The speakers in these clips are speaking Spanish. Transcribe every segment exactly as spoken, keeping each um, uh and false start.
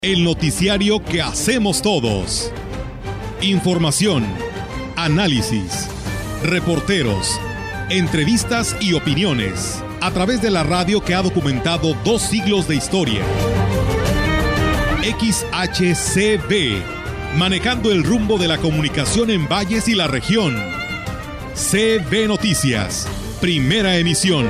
El noticiario que hacemos todos. Información, análisis, reporteros, entrevistas y opiniones. A través de la radio que ha documentado dos siglos de historia. X H C B, manejando el rumbo de la comunicación en valles y la región. C B Noticias, primera emisión.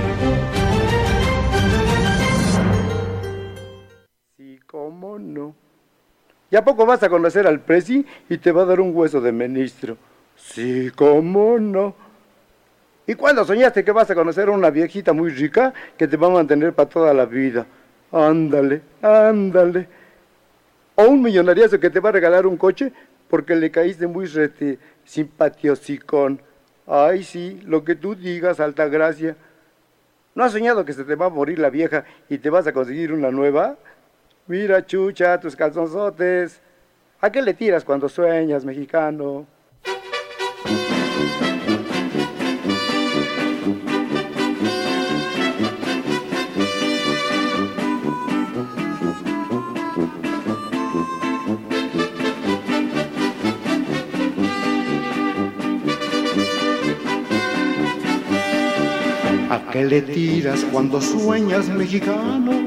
¿Cómo no? ¿Ya poco vas a conocer al presi y te va a dar un hueso de ministro? Sí, ¿cómo no? ¿Y cuándo soñaste que vas a conocer a una viejita muy rica que te va a mantener para toda la vida? Ándale, ándale. O un millonariazo que te va a regalar un coche porque le caíste muy rete, simpatiosicón. Ay, sí, lo que tú digas, Altagracia. ¿No has soñado que se te va a morir la vieja y te vas a conseguir una nueva? Mira, chucha, tus calzonzotes. ¿A qué le tiras cuando sueñas, mexicano? ¿A qué le tiras cuando sueñas, mexicano?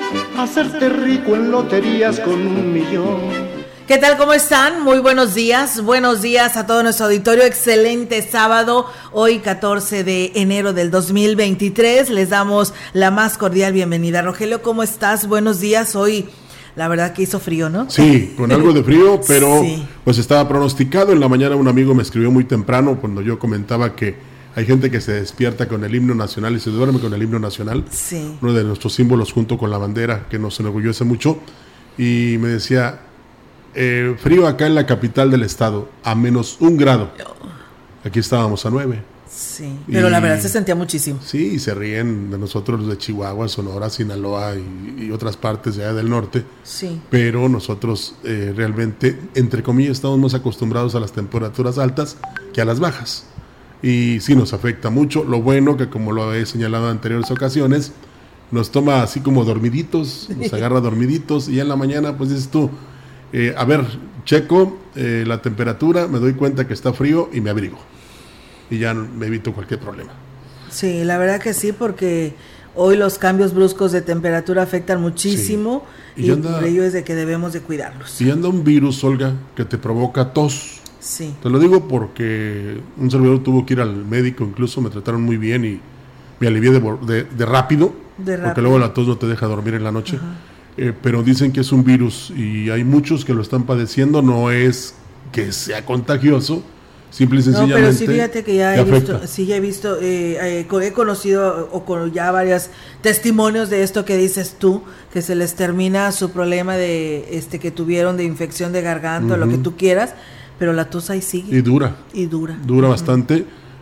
Hacerte rico en loterías con un millón. ¿Qué tal? ¿Cómo están? Muy buenos días. Buenos días a todo nuestro auditorio. Excelente sábado, hoy catorce de enero del dos mil veintitrés. Les damos la más cordial bienvenida. Rogelio, ¿cómo estás? Buenos días. Hoy la verdad que hizo frío, ¿no? Sí, con algo de frío, pero sí. Pues estaba pronosticado. En la mañana un amigo me escribió muy temprano cuando yo comentaba que hay gente que se despierta con el himno nacional y se duerme con el himno nacional, sí. Uno de nuestros símbolos junto con la bandera, que nos enorgullece mucho, y me decía, eh, frío acá en la capital del estado, a menos un grado. Aquí estábamos a nueve. Sí, pero y, la verdad se sentía muchísimo. Sí, y se ríen de nosotros los de Chihuahua, Sonora, Sinaloa y, y otras partes de allá del norte. Sí. Pero nosotros eh, realmente, entre comillas, estamos más acostumbrados a las temperaturas altas que a las bajas. Y sí nos afecta mucho. Lo bueno que, como lo he señalado en anteriores ocasiones, nos toma así como dormiditos, nos agarra dormiditos, y en la mañana pues dices tú, eh, a ver, checo eh, la temperatura, me doy cuenta que está frío y me abrigo, y ya me evito cualquier problema. Sí, la verdad que sí, porque hoy los cambios bruscos de temperatura afectan muchísimo, sí. y, y anda, por ello es de que debemos de cuidarlos. Y anda un virus, Olga, que te provoca tos. Sí. Te lo digo porque un servidor tuvo que ir al médico, incluso me trataron muy bien y me alivié de, de, de, rápido, de rápido, porque luego la tos no te deja dormir en la noche, eh, pero dicen que es un virus y hay muchos que lo están padeciendo. No es que sea contagioso, simple y sencillamente. No, pero sí, fíjate que ya he visto, sí, ya he visto, eh, eh, he conocido o con ya varios testimonios de esto que dices tú, que se les termina su problema de este que tuvieron de infección de garganta, uh-huh. o lo que tú quieras. Pero la tos ahí sigue. Y dura. Y dura. Dura uh-huh. bastante.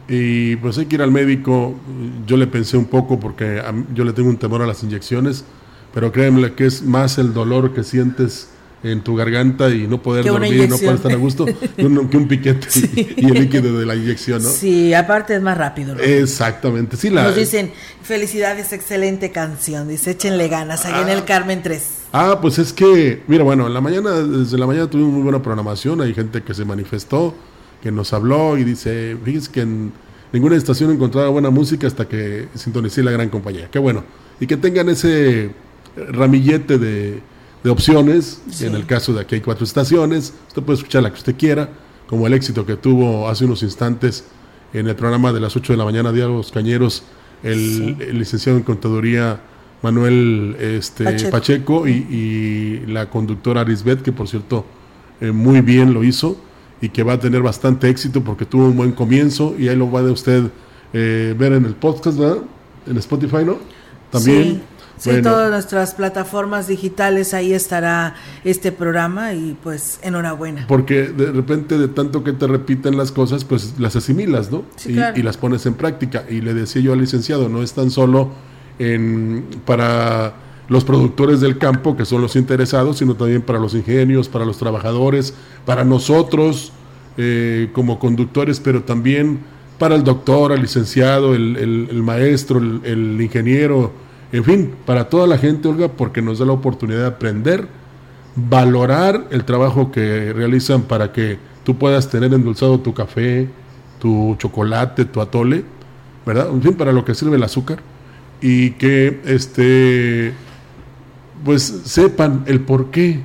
Y pues hay que ir al médico. Yo le pensé un poco porque a mí, yo le tengo un temor a las inyecciones, pero créeme que es más el dolor que sientes en tu garganta y no poder dormir y no poder estar a gusto que un, que un piquete sí. y, y el líquido de la inyección, ¿no? Sí, aparte es más rápido, ¿no? Exactamente. Sí, la, nos dicen, felicidades, excelente canción. Dice, échenle ganas, allá ah, en el Carmen tres. Ah, pues es que, mira, bueno, en la mañana, desde la mañana tuvimos muy buena programación. Hay gente que se manifestó, que nos habló y dice, fíjense que en ninguna estación encontraba buena música hasta que sintonicé la gran compañía. Qué bueno. Y que tengan ese ramillete de, de opciones. Sí. En el caso de aquí hay cuatro estaciones. Usted puede escuchar la que usted quiera, como el éxito que tuvo hace unos instantes en el programa de las ocho de la mañana, Diálogos Cañeros, el, sí. el licenciado en Contaduría Manuel este, Pacheco, Pacheco y, y la conductora Arisbet, que por cierto eh, muy bien lo hizo y que va a tener bastante éxito porque tuvo un buen comienzo, y ahí lo va a usted eh, ver en el podcast, ¿verdad? En Spotify, ¿no? También. Sí, sí, bueno, todas nuestras plataformas digitales, ahí estará este programa y pues enhorabuena. Porque de repente de tanto que te repiten las cosas, pues las asimilas, ¿no? Sí, y, claro. y las pones en práctica. Y le decía yo al licenciado, no es tan solo En, para los productores del campo, que son los interesados, sino también para los ingenios, para los trabajadores, para nosotros eh, como conductores, pero también para el doctor, el licenciado, el, el, el maestro, el, el ingeniero, en fin, para toda la gente, Olga, porque nos da la oportunidad de aprender, valorar el trabajo que realizan para que tú puedas tener endulzado tu café, tu chocolate, tu atole, ¿verdad? En fin, para lo que sirve el azúcar, y que este pues sepan el porqué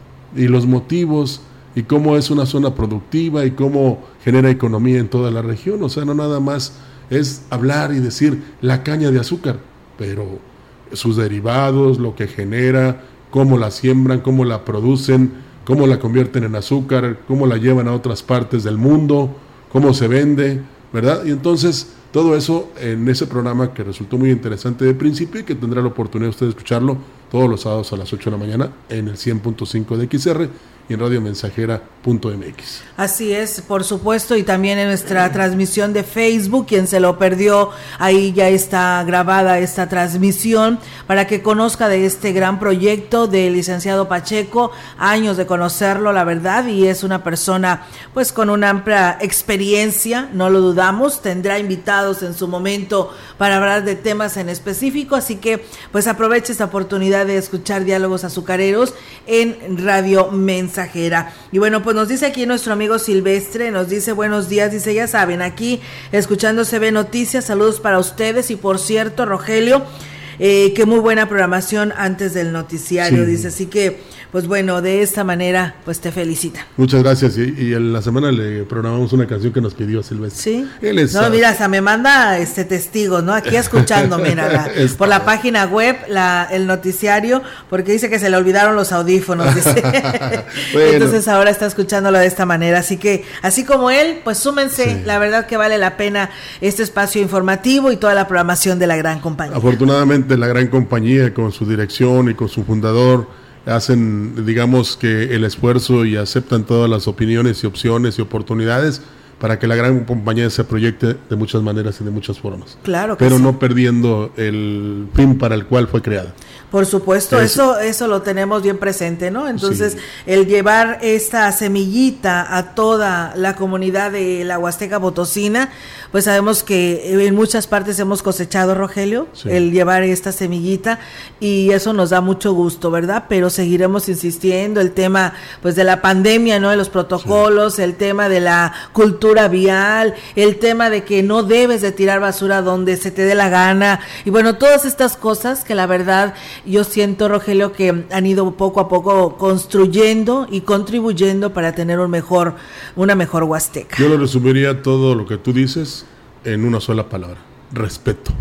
y los motivos y cómo es una zona productiva y cómo genera economía en toda la región. O sea, no nada más es hablar y decir la caña de azúcar, pero sus derivados, lo que genera, cómo la siembran, cómo la producen, cómo la convierten en azúcar, cómo la llevan a otras partes del mundo, cómo se vende, ¿verdad? Y entonces todo eso en ese programa que resultó muy interesante de principio y que tendrá la oportunidad usted de escucharlo todos los sábados a las ocho de la mañana en el cien punto cinco de X R y en radio mensajera punto m x. Así es, por supuesto, y también en nuestra transmisión de Facebook, quien se lo perdió, ahí ya está grabada esta transmisión para que conozca de este gran proyecto del licenciado Pacheco, años de conocerlo, la verdad, y es una persona pues con una amplia experiencia, no lo dudamos, tendrá invitados en su momento para hablar de temas en específico, así que pues aproveche esta oportunidad de escuchar Diálogos Azucareros en Radio Mensajera. Y bueno, pues nos dice aquí nuestro amigo Silvestre, nos dice buenos días, dice ya saben, aquí escuchando C B Noticias, saludos para ustedes y por cierto, Rogelio, eh, que muy buena programación antes del noticiario, sí. Dice, así que pues bueno, de esta manera pues te felicita. Muchas gracias, y, y en la semana le programamos una canción que nos pidió Silvestre. Sí, Él es, no, mira, hasta me manda este testigos, ¿no? Aquí escuchando, mira, la, por la página web, la, el noticiario, porque dice que se le olvidaron los audífonos, dice. Bueno. Entonces ahora está escuchándolo de esta manera, así que, así como él, pues súmense, sí. La verdad que vale la pena este espacio informativo y toda la programación de la gran compañía. Afortunadamente la gran compañía con su dirección y con su fundador hacen, digamos, que el esfuerzo y aceptan todas las opiniones y opciones y oportunidades para que la gran compañía se proyecte de muchas maneras y de muchas formas. Claro que pero sí. No perdiendo el fin para el cual fue creada. Por supuesto, es, eso eso lo tenemos bien presente, ¿no? Entonces, sí. El llevar esta semillita a toda la comunidad de la Huasteca Potosina, pues sabemos que en muchas partes hemos cosechado, Rogelio, sí. El llevar esta semillita, y eso nos da mucho gusto, ¿verdad? Pero seguiremos insistiendo, el tema pues de la pandemia, ¿no? De los protocolos, sí. El tema de la cultura vial, el tema de que no debes de tirar basura donde se te dé la gana, y bueno, todas estas cosas que la verdad yo siento, Rogelio, que han ido poco a poco construyendo y contribuyendo para tener un mejor, una mejor Huasteca. Yo lo resumiría todo lo que tú dices en una sola palabra: respeto.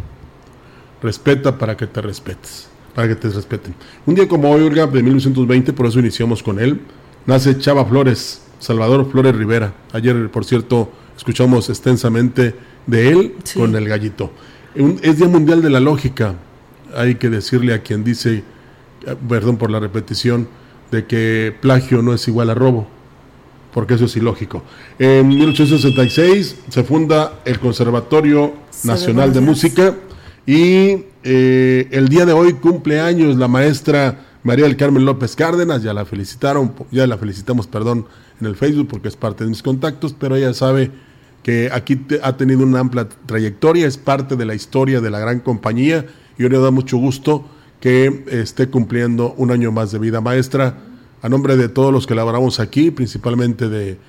Respeta para que te respetes, para que te respeten. Un día como hoy, Olga, de mil novecientos veinte, por eso iniciamos con él, nace Chava Flores, Salvador Flores Rivera. Ayer, por cierto, escuchamos extensamente de él, sí. Con el gallito. Es Día Mundial de la Lógica. Hay que decirle a quien dice, perdón por la repetición, de que plagio no es igual a robo, porque eso es ilógico. En mil ochocientos sesenta y seis se funda el Conservatorio Nacional de Música y eh, el día de hoy cumple años la maestra María del Carmen López Cárdenas. Ya la felicitaron, ya la felicitamos, perdón, en el Facebook porque es parte de mis contactos, pero ella sabe que aquí te, ha tenido una amplia trayectoria, es parte de la historia de la gran compañía. Y hoy le da mucho gusto que esté cumpliendo un año más de vida. Maestra, a nombre de todos los que laboramos aquí, principalmente de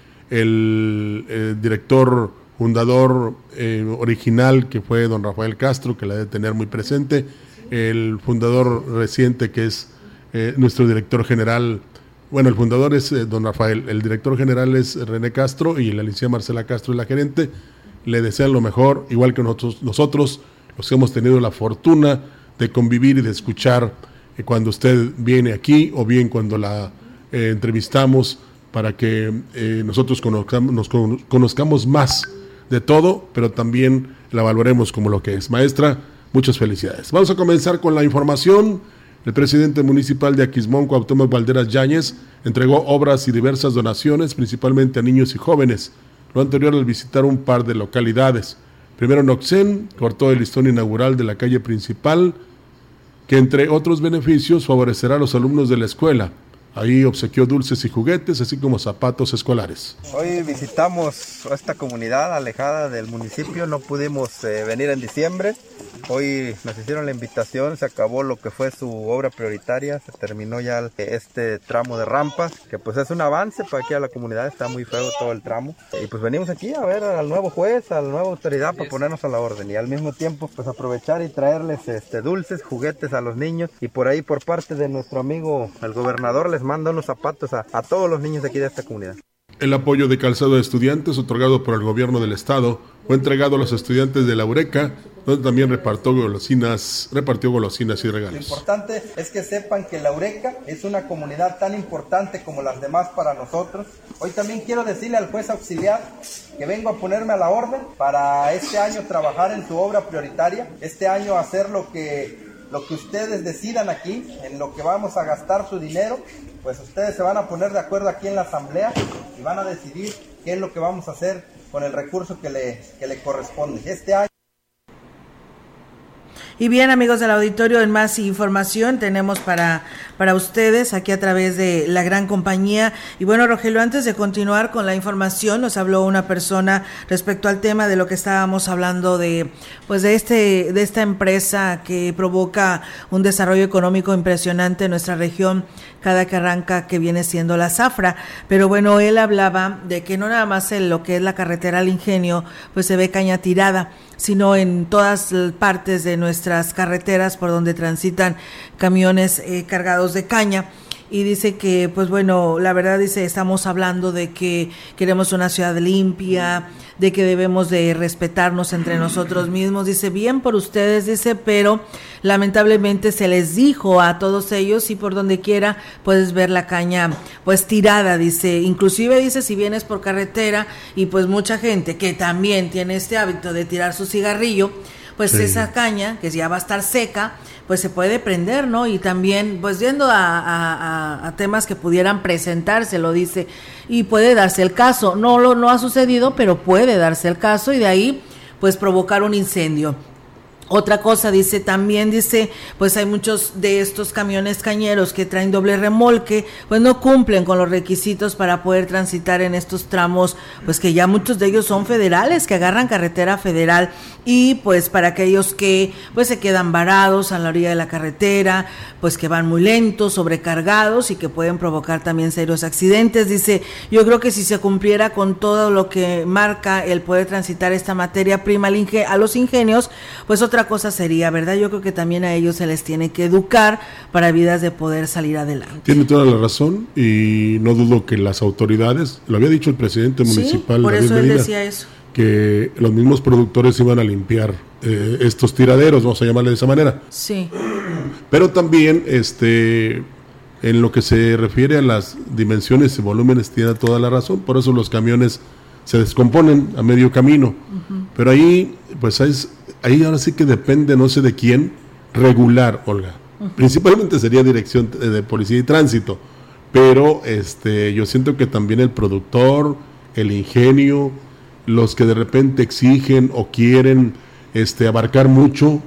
el, el director fundador eh, original, que fue don Rafael Castro, que la debe tener muy presente, el fundador reciente, que es eh, nuestro director general, bueno, el fundador es eh, don Rafael, el director general es René Castro y la licenciada Marcela Castro es la gerente. Le desean lo mejor, igual que nosotros, nosotros los hemos tenido la fortuna de convivir y de escuchar eh, cuando usted viene aquí o bien cuando la eh, entrevistamos, para que eh, nosotros conozcamos, nos conozcamos más de todo, pero también la valoremos como lo que es. Maestra, muchas felicidades. Vamos a comenzar con la información. El presidente municipal de Aquismón, Cuauhtémoc Valderas Yáñez, entregó obras y diversas donaciones, principalmente a niños y jóvenes, lo anterior al visitar un par de localidades. Primero en Oxén, cortó el listón inaugural de la calle principal, que entre otros beneficios favorecerá a los alumnos de la escuela. Ahí obsequió dulces y juguetes, así como zapatos escolares. Hoy visitamos esta comunidad alejada del municipio, no pudimos eh, venir en diciembre, Hoy nos hicieron la invitación, se acabó lo que fue su obra prioritaria, se terminó ya este tramo de rampas, que pues es un avance para aquí a la comunidad, está muy feo todo el tramo. Y pues venimos aquí a ver al nuevo juez, a la nueva autoridad para ponernos a la orden y al mismo tiempo pues aprovechar y traerles este dulces, juguetes a los niños, y por ahí por parte de nuestro amigo el gobernador les manda unos zapatos a, a todos los niños de aquí de esta comunidad. El apoyo de calzado de estudiantes otorgado por el gobierno del estado fue entregado a los estudiantes de la URECA, donde también repartió golosinas, repartió golosinas y regalos. Lo importante es que sepan que la URECA es una comunidad tan importante como las demás para nosotros. Hoy también quiero decirle al juez auxiliar que vengo a ponerme a la orden para este año trabajar en su obra prioritaria, este año hacer lo que, lo que ustedes decidan aquí, en lo que vamos a gastar su dinero. Pues ustedes se van a poner de acuerdo aquí en la asamblea y van a decidir qué es lo que vamos a hacer con el recurso que le, que le corresponde. Este año. Y bien, amigos del auditorio, en más información tenemos para para ustedes aquí a través de la gran compañía. Y bueno, Rogelio, antes de continuar con la información, nos habló una persona respecto al tema de lo que estábamos hablando de pues de este de esta empresa que provoca un desarrollo económico impresionante en nuestra región cada que arranca, que viene siendo la Zafra. Pero bueno, él hablaba de que no nada más en lo que es la carretera al Ingenio pues se ve caña tirada, sino en todas partes de nuestras carreteras por donde transitan camiones eh, cargados de caña. Y dice que, pues bueno, la verdad dice, estamos hablando de que queremos una ciudad limpia, de que debemos de respetarnos entre nosotros mismos. Dice, bien por ustedes, dice, pero lamentablemente se les dijo a todos ellos y por donde quiera puedes ver la caña pues tirada, dice. Inclusive dice, si vienes por carretera y pues mucha gente que también tiene este hábito de tirar su cigarrillo, pues sí, esa caña que ya va a estar seca, pues se puede prender, ¿no? Y también, pues yendo a, a, a temas que pudieran presentarse, lo dice, y puede darse el caso. No lo no ha sucedido, pero puede darse el caso y de ahí, pues provocar un incendio. Otra cosa, dice, también dice, pues hay muchos de estos camiones cañeros que traen doble remolque, pues no cumplen con los requisitos para poder transitar en estos tramos, pues que ya muchos de ellos son federales, que agarran carretera federal, y pues para aquellos que pues se quedan varados a la orilla de la carretera, pues que van muy lentos, sobrecargados y que pueden provocar también serios accidentes. Dice, yo creo que si se cumpliera con todo lo que marca el poder transitar esta materia prima a los ingenios, pues otra cosa sería, ¿verdad? Yo creo que también a ellos se les tiene que educar para vidas de poder salir adelante. Tiene toda la razón y no dudo que las autoridades, lo había dicho el presidente municipal, sí, por David eso él Medina, decía eso, que los mismos productores iban a limpiar eh, estos tiraderos, vamos a llamarle de esa manera. Sí. Pero también, este, en lo que se refiere a las dimensiones y volúmenes, tiene toda la razón, por eso los camiones se descomponen a medio camino. Uh-huh. Pero ahí, pues es, ahí ahora sí que depende, no sé de quién, regular, Olga. Uh-huh. Principalmente sería dirección de, de policía y tránsito, pero este, yo siento que también el productor, el ingenio, los que de repente exigen o quieren este, abarcar mucho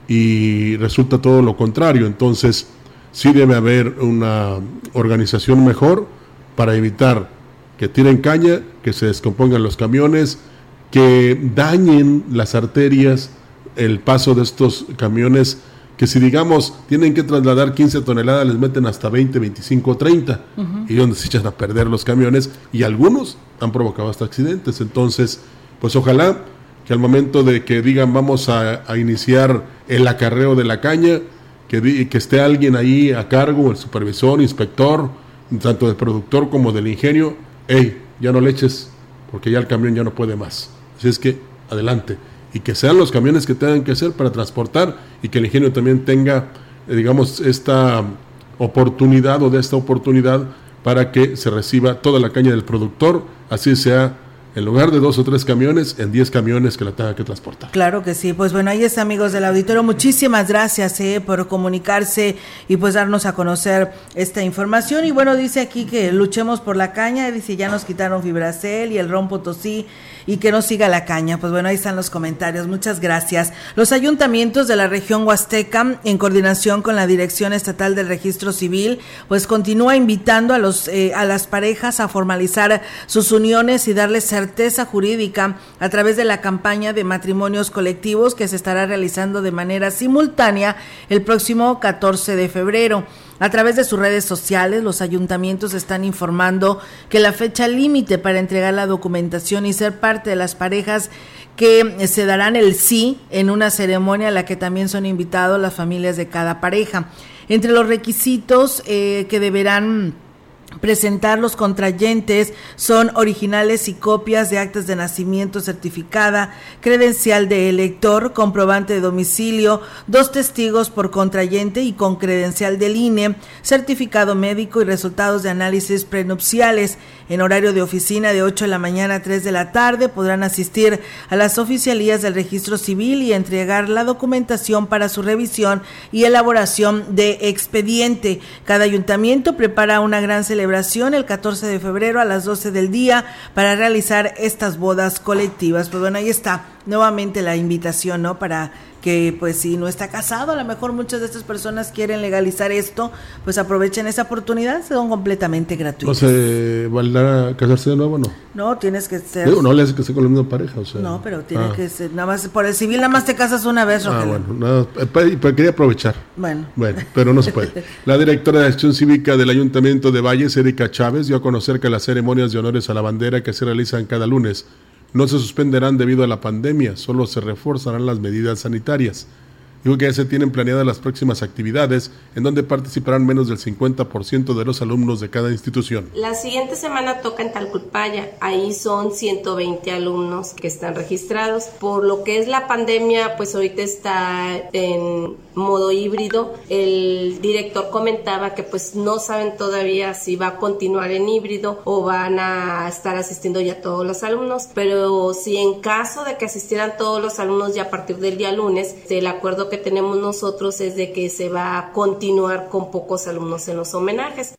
y resulta todo lo contrario. Entonces, sí debe haber una organización mejor para evitar que tiren caña, que se descompongan los camiones, que dañen las arterias, el paso de estos camiones, que si digamos tienen que trasladar quince toneladas, les meten hasta veinte, veinticinco, treinta, uh-huh. y donde se echan a perder los camiones, y algunos han provocado hasta accidentes. Entonces, pues ojalá que al momento de que digan vamos a, a iniciar el acarreo de la caña, que, di, que esté alguien ahí a cargo, el supervisor, inspector, tanto del productor como del ingenio, hey, ya no le eches, porque ya el camión ya no puede más. Así es que, adelante. Y que sean los camiones que tengan que ser para transportar y que el ingenio también tenga, eh, digamos, esta oportunidad o de esta oportunidad para que se reciba toda la caña del productor, así sea en lugar de dos o tres camiones, en diez camiones que la tenga que transportar. Claro que sí. Pues bueno, ahí está, amigos del auditorio. Muchísimas gracias eh, por comunicarse y pues darnos a conocer esta información. Y bueno, dice aquí que luchemos por la caña. Dice, ya nos quitaron Fibracel y el Ron Potosí y que no siga la caña. Pues bueno, ahí están los comentarios. Muchas gracias. Los ayuntamientos de la región Huasteca, en coordinación con la Dirección Estatal del Registro Civil, pues continúa invitando a los eh, a las parejas a formalizar sus uniones y darles certeza certeza jurídica a través de la campaña de matrimonios colectivos que se estará realizando de manera simultánea el próximo catorce de febrero. A través de sus redes sociales, los ayuntamientos están informando que la fecha límite para entregar la documentación y ser parte de las parejas que se darán el sí en una ceremonia a la que también son invitados las familias de cada pareja. Entre los requisitos eh, que deberán presentar los contrayentes son originales y copias de actas de nacimiento certificada, credencial de elector, comprobante de domicilio, dos testigos por contrayente y con credencial del I N E, certificado médico y resultados de análisis prenupciales. En horario de oficina de ocho de la mañana a tres de la tarde podrán asistir a las oficialías del registro civil y entregar la documentación para su revisión y elaboración de expediente. Cada ayuntamiento prepara una gran celebración el catorce de febrero a las doce del día para realizar estas bodas colectivas. Pues bueno, ahí está nuevamente la invitación, ¿no? Para que pues si no está casado, a lo mejor muchas de estas personas quieren legalizar esto, pues aprovechen esa oportunidad, son completamente gratuitos. ¿No se valdrá casarse de nuevo, no? No, tienes que ser... Digo, no le hace que sea con la misma pareja, o sea... No, pero tiene ah. que ser, nada más, por el civil nada más te casas una vez, Rogelio. Ah, bueno, nada, pero quería aprovechar. Bueno. Bueno, pero no se puede. La directora de Acción Cívica del Ayuntamiento de Valles, Erika Chávez, dio a conocer que las ceremonias de honores a la bandera que se realizan cada lunes no se suspenderán debido a la pandemia, solo se reforzarán las medidas sanitarias. Digo que ya se tienen planeadas las próximas actividades, en donde participarán menos del cincuenta por ciento de los alumnos de cada institución. La siguiente semana toca en Talculpaya, ahí son ciento veinte alumnos que están registrados. Por lo que es la pandemia, pues ahorita está en modo híbrido. El director comentaba que pues no saben todavía si va a continuar en híbrido o van a estar asistiendo ya todos los alumnos, pero si en caso de que asistieran todos los alumnos ya a partir del día lunes, el acuerdo que que tenemos nosotros es de que se va a continuar con pocos alumnos en los homenajes.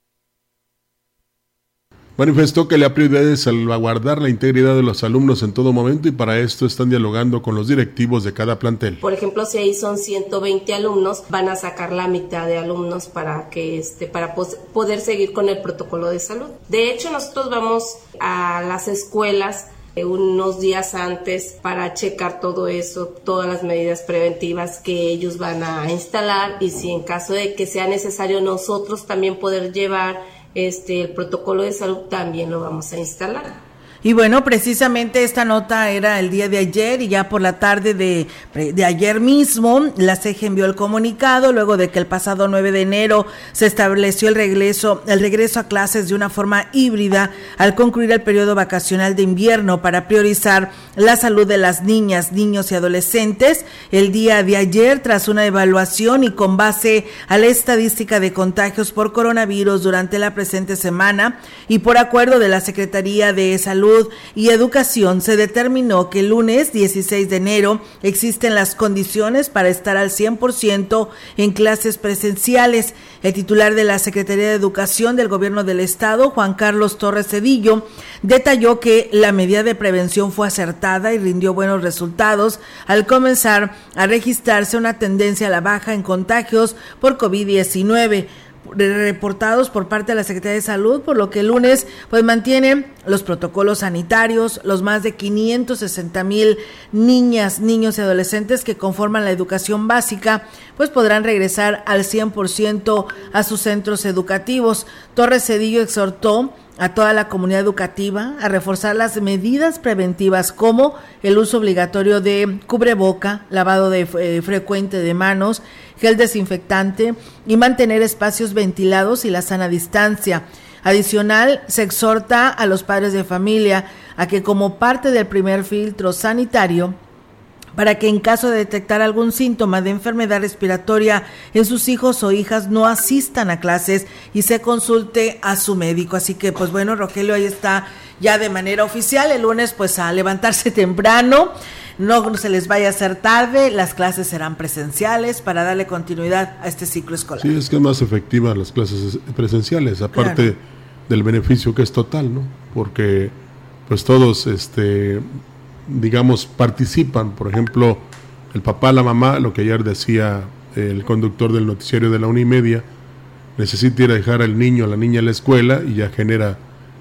Manifestó que la prioridad es salvaguardar la integridad de los alumnos en todo momento y para esto están dialogando con los directivos de cada plantel. Por ejemplo, si ahí son ciento veinte alumnos, van a sacar la mitad de alumnos para que este para poder seguir con el protocolo de salud. De hecho, nosotros vamos a las escuelas unos días antes para checar todo eso, todas las medidas preventivas que ellos van a instalar y si en caso de que sea necesario nosotros también poder llevar este el protocolo de salud también lo vamos a instalar. Y bueno, precisamente esta nota era el día de ayer y ya por la tarde de, de ayer mismo la C E G envió el comunicado luego de que el pasado nueve de enero se estableció el regreso, el regreso a clases de una forma híbrida al concluir el periodo vacacional de invierno para priorizar la salud de las niñas, niños y adolescentes. El día de ayer, tras una evaluación y con base a la estadística de contagios por coronavirus durante la presente semana y por acuerdo de la Secretaría de Salud y Educación, se determinó que el lunes dieciséis de enero existen las condiciones para estar al cien por ciento en clases presenciales. El titular de la Secretaría de Educación del Gobierno del Estado, Juan Carlos Torres Cedillo, detalló que la medida de prevención fue acertada y rindió buenos resultados al comenzar a registrarse una tendencia a la baja en contagios por COVID diecinueve. Reportados por parte de la Secretaría de Salud, por lo que el lunes pues mantienen los protocolos sanitarios. Los más de quinientos sesenta mil niñas, niños y adolescentes que conforman la educación básica pues podrán regresar al cien por ciento a sus centros educativos. Torres Cedillo exhortó a toda la comunidad educativa a reforzar las medidas preventivas como el uso obligatorio de cubreboca, lavado de eh, frecuente de manos, gel desinfectante y mantener espacios ventilados y la sana distancia. Adicional, se exhorta a los padres de familia a que como parte del primer filtro sanitario, para que en caso de detectar algún síntoma de enfermedad respiratoria en sus hijos o hijas no asistan a clases y se consulte a su médico. Así que pues bueno, Rogelio, ahí está ya de manera oficial. El lunes pues a levantarse temprano, no se les vaya a hacer tarde, las clases serán presenciales para darle continuidad a este ciclo escolar. Sí, es que es más efectiva las clases presenciales, aparte claro. del beneficio que es total, ¿no? Porque pues todos este digamos, participan, por ejemplo, el papá, la mamá, lo que ayer decía el conductor del noticiario de la una y media, necesita ir a dejar al niño, a la niña a la escuela y ya genera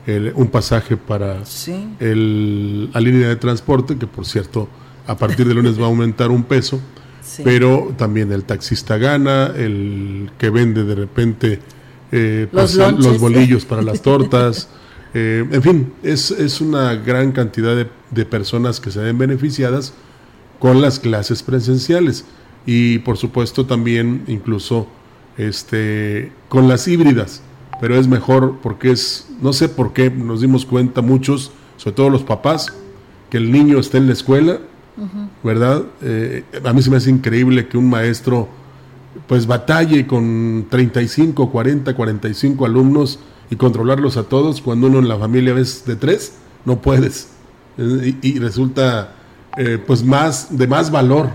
el, un pasaje para sí. el, la línea de transporte, que por cierto a partir de lunes va a aumentar un peso, sí. pero también el taxista gana, el que vende de repente eh, los, pasa, los bolillos para las tortas, eh, en fin, es, es una gran cantidad de, de personas que se ven beneficiadas con las clases presenciales y por supuesto también incluso este con las híbridas, pero es mejor porque es, no sé por qué nos dimos cuenta muchos, sobre todo los papás, que el niño esté en la escuela, uh-huh. ¿verdad? Eh, a mí se me hace increíble que un maestro pues batalle con treinta y cinco, cuarenta, cuarenta y cinco alumnos y controlarlos a todos, cuando uno en la familia ves de tres, no puedes, eh, y, y resulta eh, pues más de más valor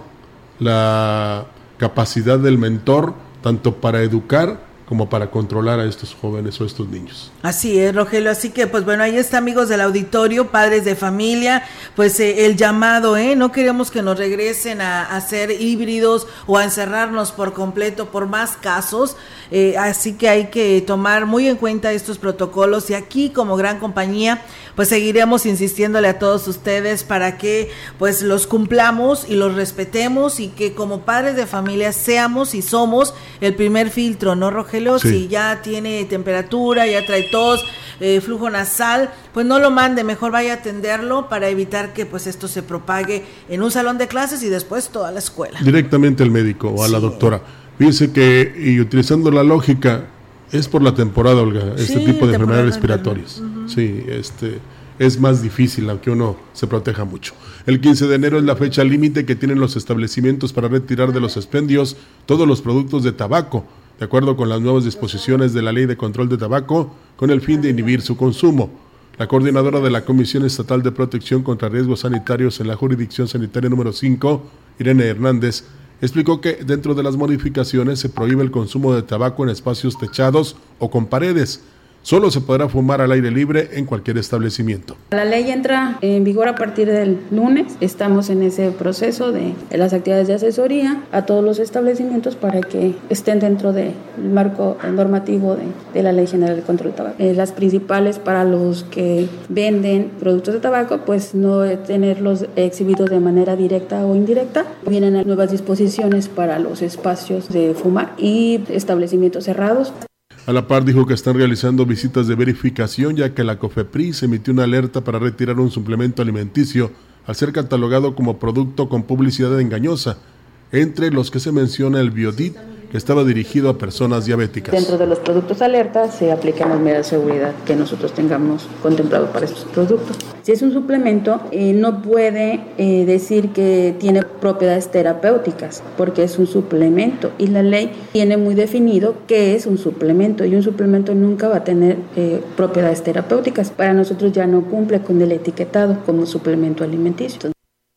la capacidad del mentor, tanto para educar como para controlar a estos jóvenes o estos niños. Así es, Rogelio, así que pues bueno, ahí está, amigos del auditorio, padres de familia, pues eh, el llamado, ¿eh? No queremos que nos regresen a, a ser híbridos o a encerrarnos por completo por más casos, eh, así que hay que tomar muy en cuenta estos protocolos y aquí como gran compañía pues seguiremos insistiéndole a todos ustedes para que pues los cumplamos y los respetemos y que como padres de familia seamos y somos el primer filtro, ¿no, Rogelio? Sí. Si ya tiene temperatura, ya trae tos, eh, flujo nasal, pues no lo mande, mejor vaya a atenderlo para evitar que pues esto se propague en un salón de clases y después toda la escuela. Directamente al médico o a sí. la doctora. Fíjense que, y utilizando la lógica, es por la temporada, Olga, este sí, tipo de enfermedades respiratorias. Uh-huh. Sí, este es más difícil, aunque uno se proteja mucho. El quince de enero es la fecha límite que tienen los establecimientos para retirar de los expendios todos los productos de tabaco, de acuerdo con las nuevas disposiciones de la Ley de Control de Tabaco, con el fin de inhibir su consumo. La coordinadora de la Comisión Estatal de Protección contra Riesgos Sanitarios en la Jurisdicción Sanitaria número cinco, Irene Hernández, explicó que dentro de las modificaciones se prohíbe el consumo de tabaco en espacios techados o con paredes. Solo se podrá fumar al aire libre en cualquier establecimiento. La ley entra en vigor a partir del lunes. Estamos en ese proceso de las actividades de asesoría a todos los establecimientos para que estén dentro del marco normativo de, de la Ley General de Control del Tabaco. Eh, las principales para los que venden productos de tabaco, pues no tenerlos exhibidos de manera directa o indirecta. Vienen nuevas disposiciones para los espacios de fumar y establecimientos cerrados. A la par dijo que están realizando visitas de verificación ya que la COFEPRIS emitió una alerta para retirar un suplemento alimenticio al ser catalogado como producto con publicidad engañosa, entre los que se menciona el Biodit, que estaba dirigido a personas diabéticas. Dentro de los productos alerta se aplican las medidas de seguridad que nosotros tengamos contemplado para estos productos. Si es un suplemento, eh, no puede eh, decir que tiene propiedades terapéuticas, porque es un suplemento y la ley tiene muy definido qué es un suplemento y un suplemento nunca va a tener eh, propiedades terapéuticas. Para nosotros ya no cumple con el etiquetado como suplemento alimenticio.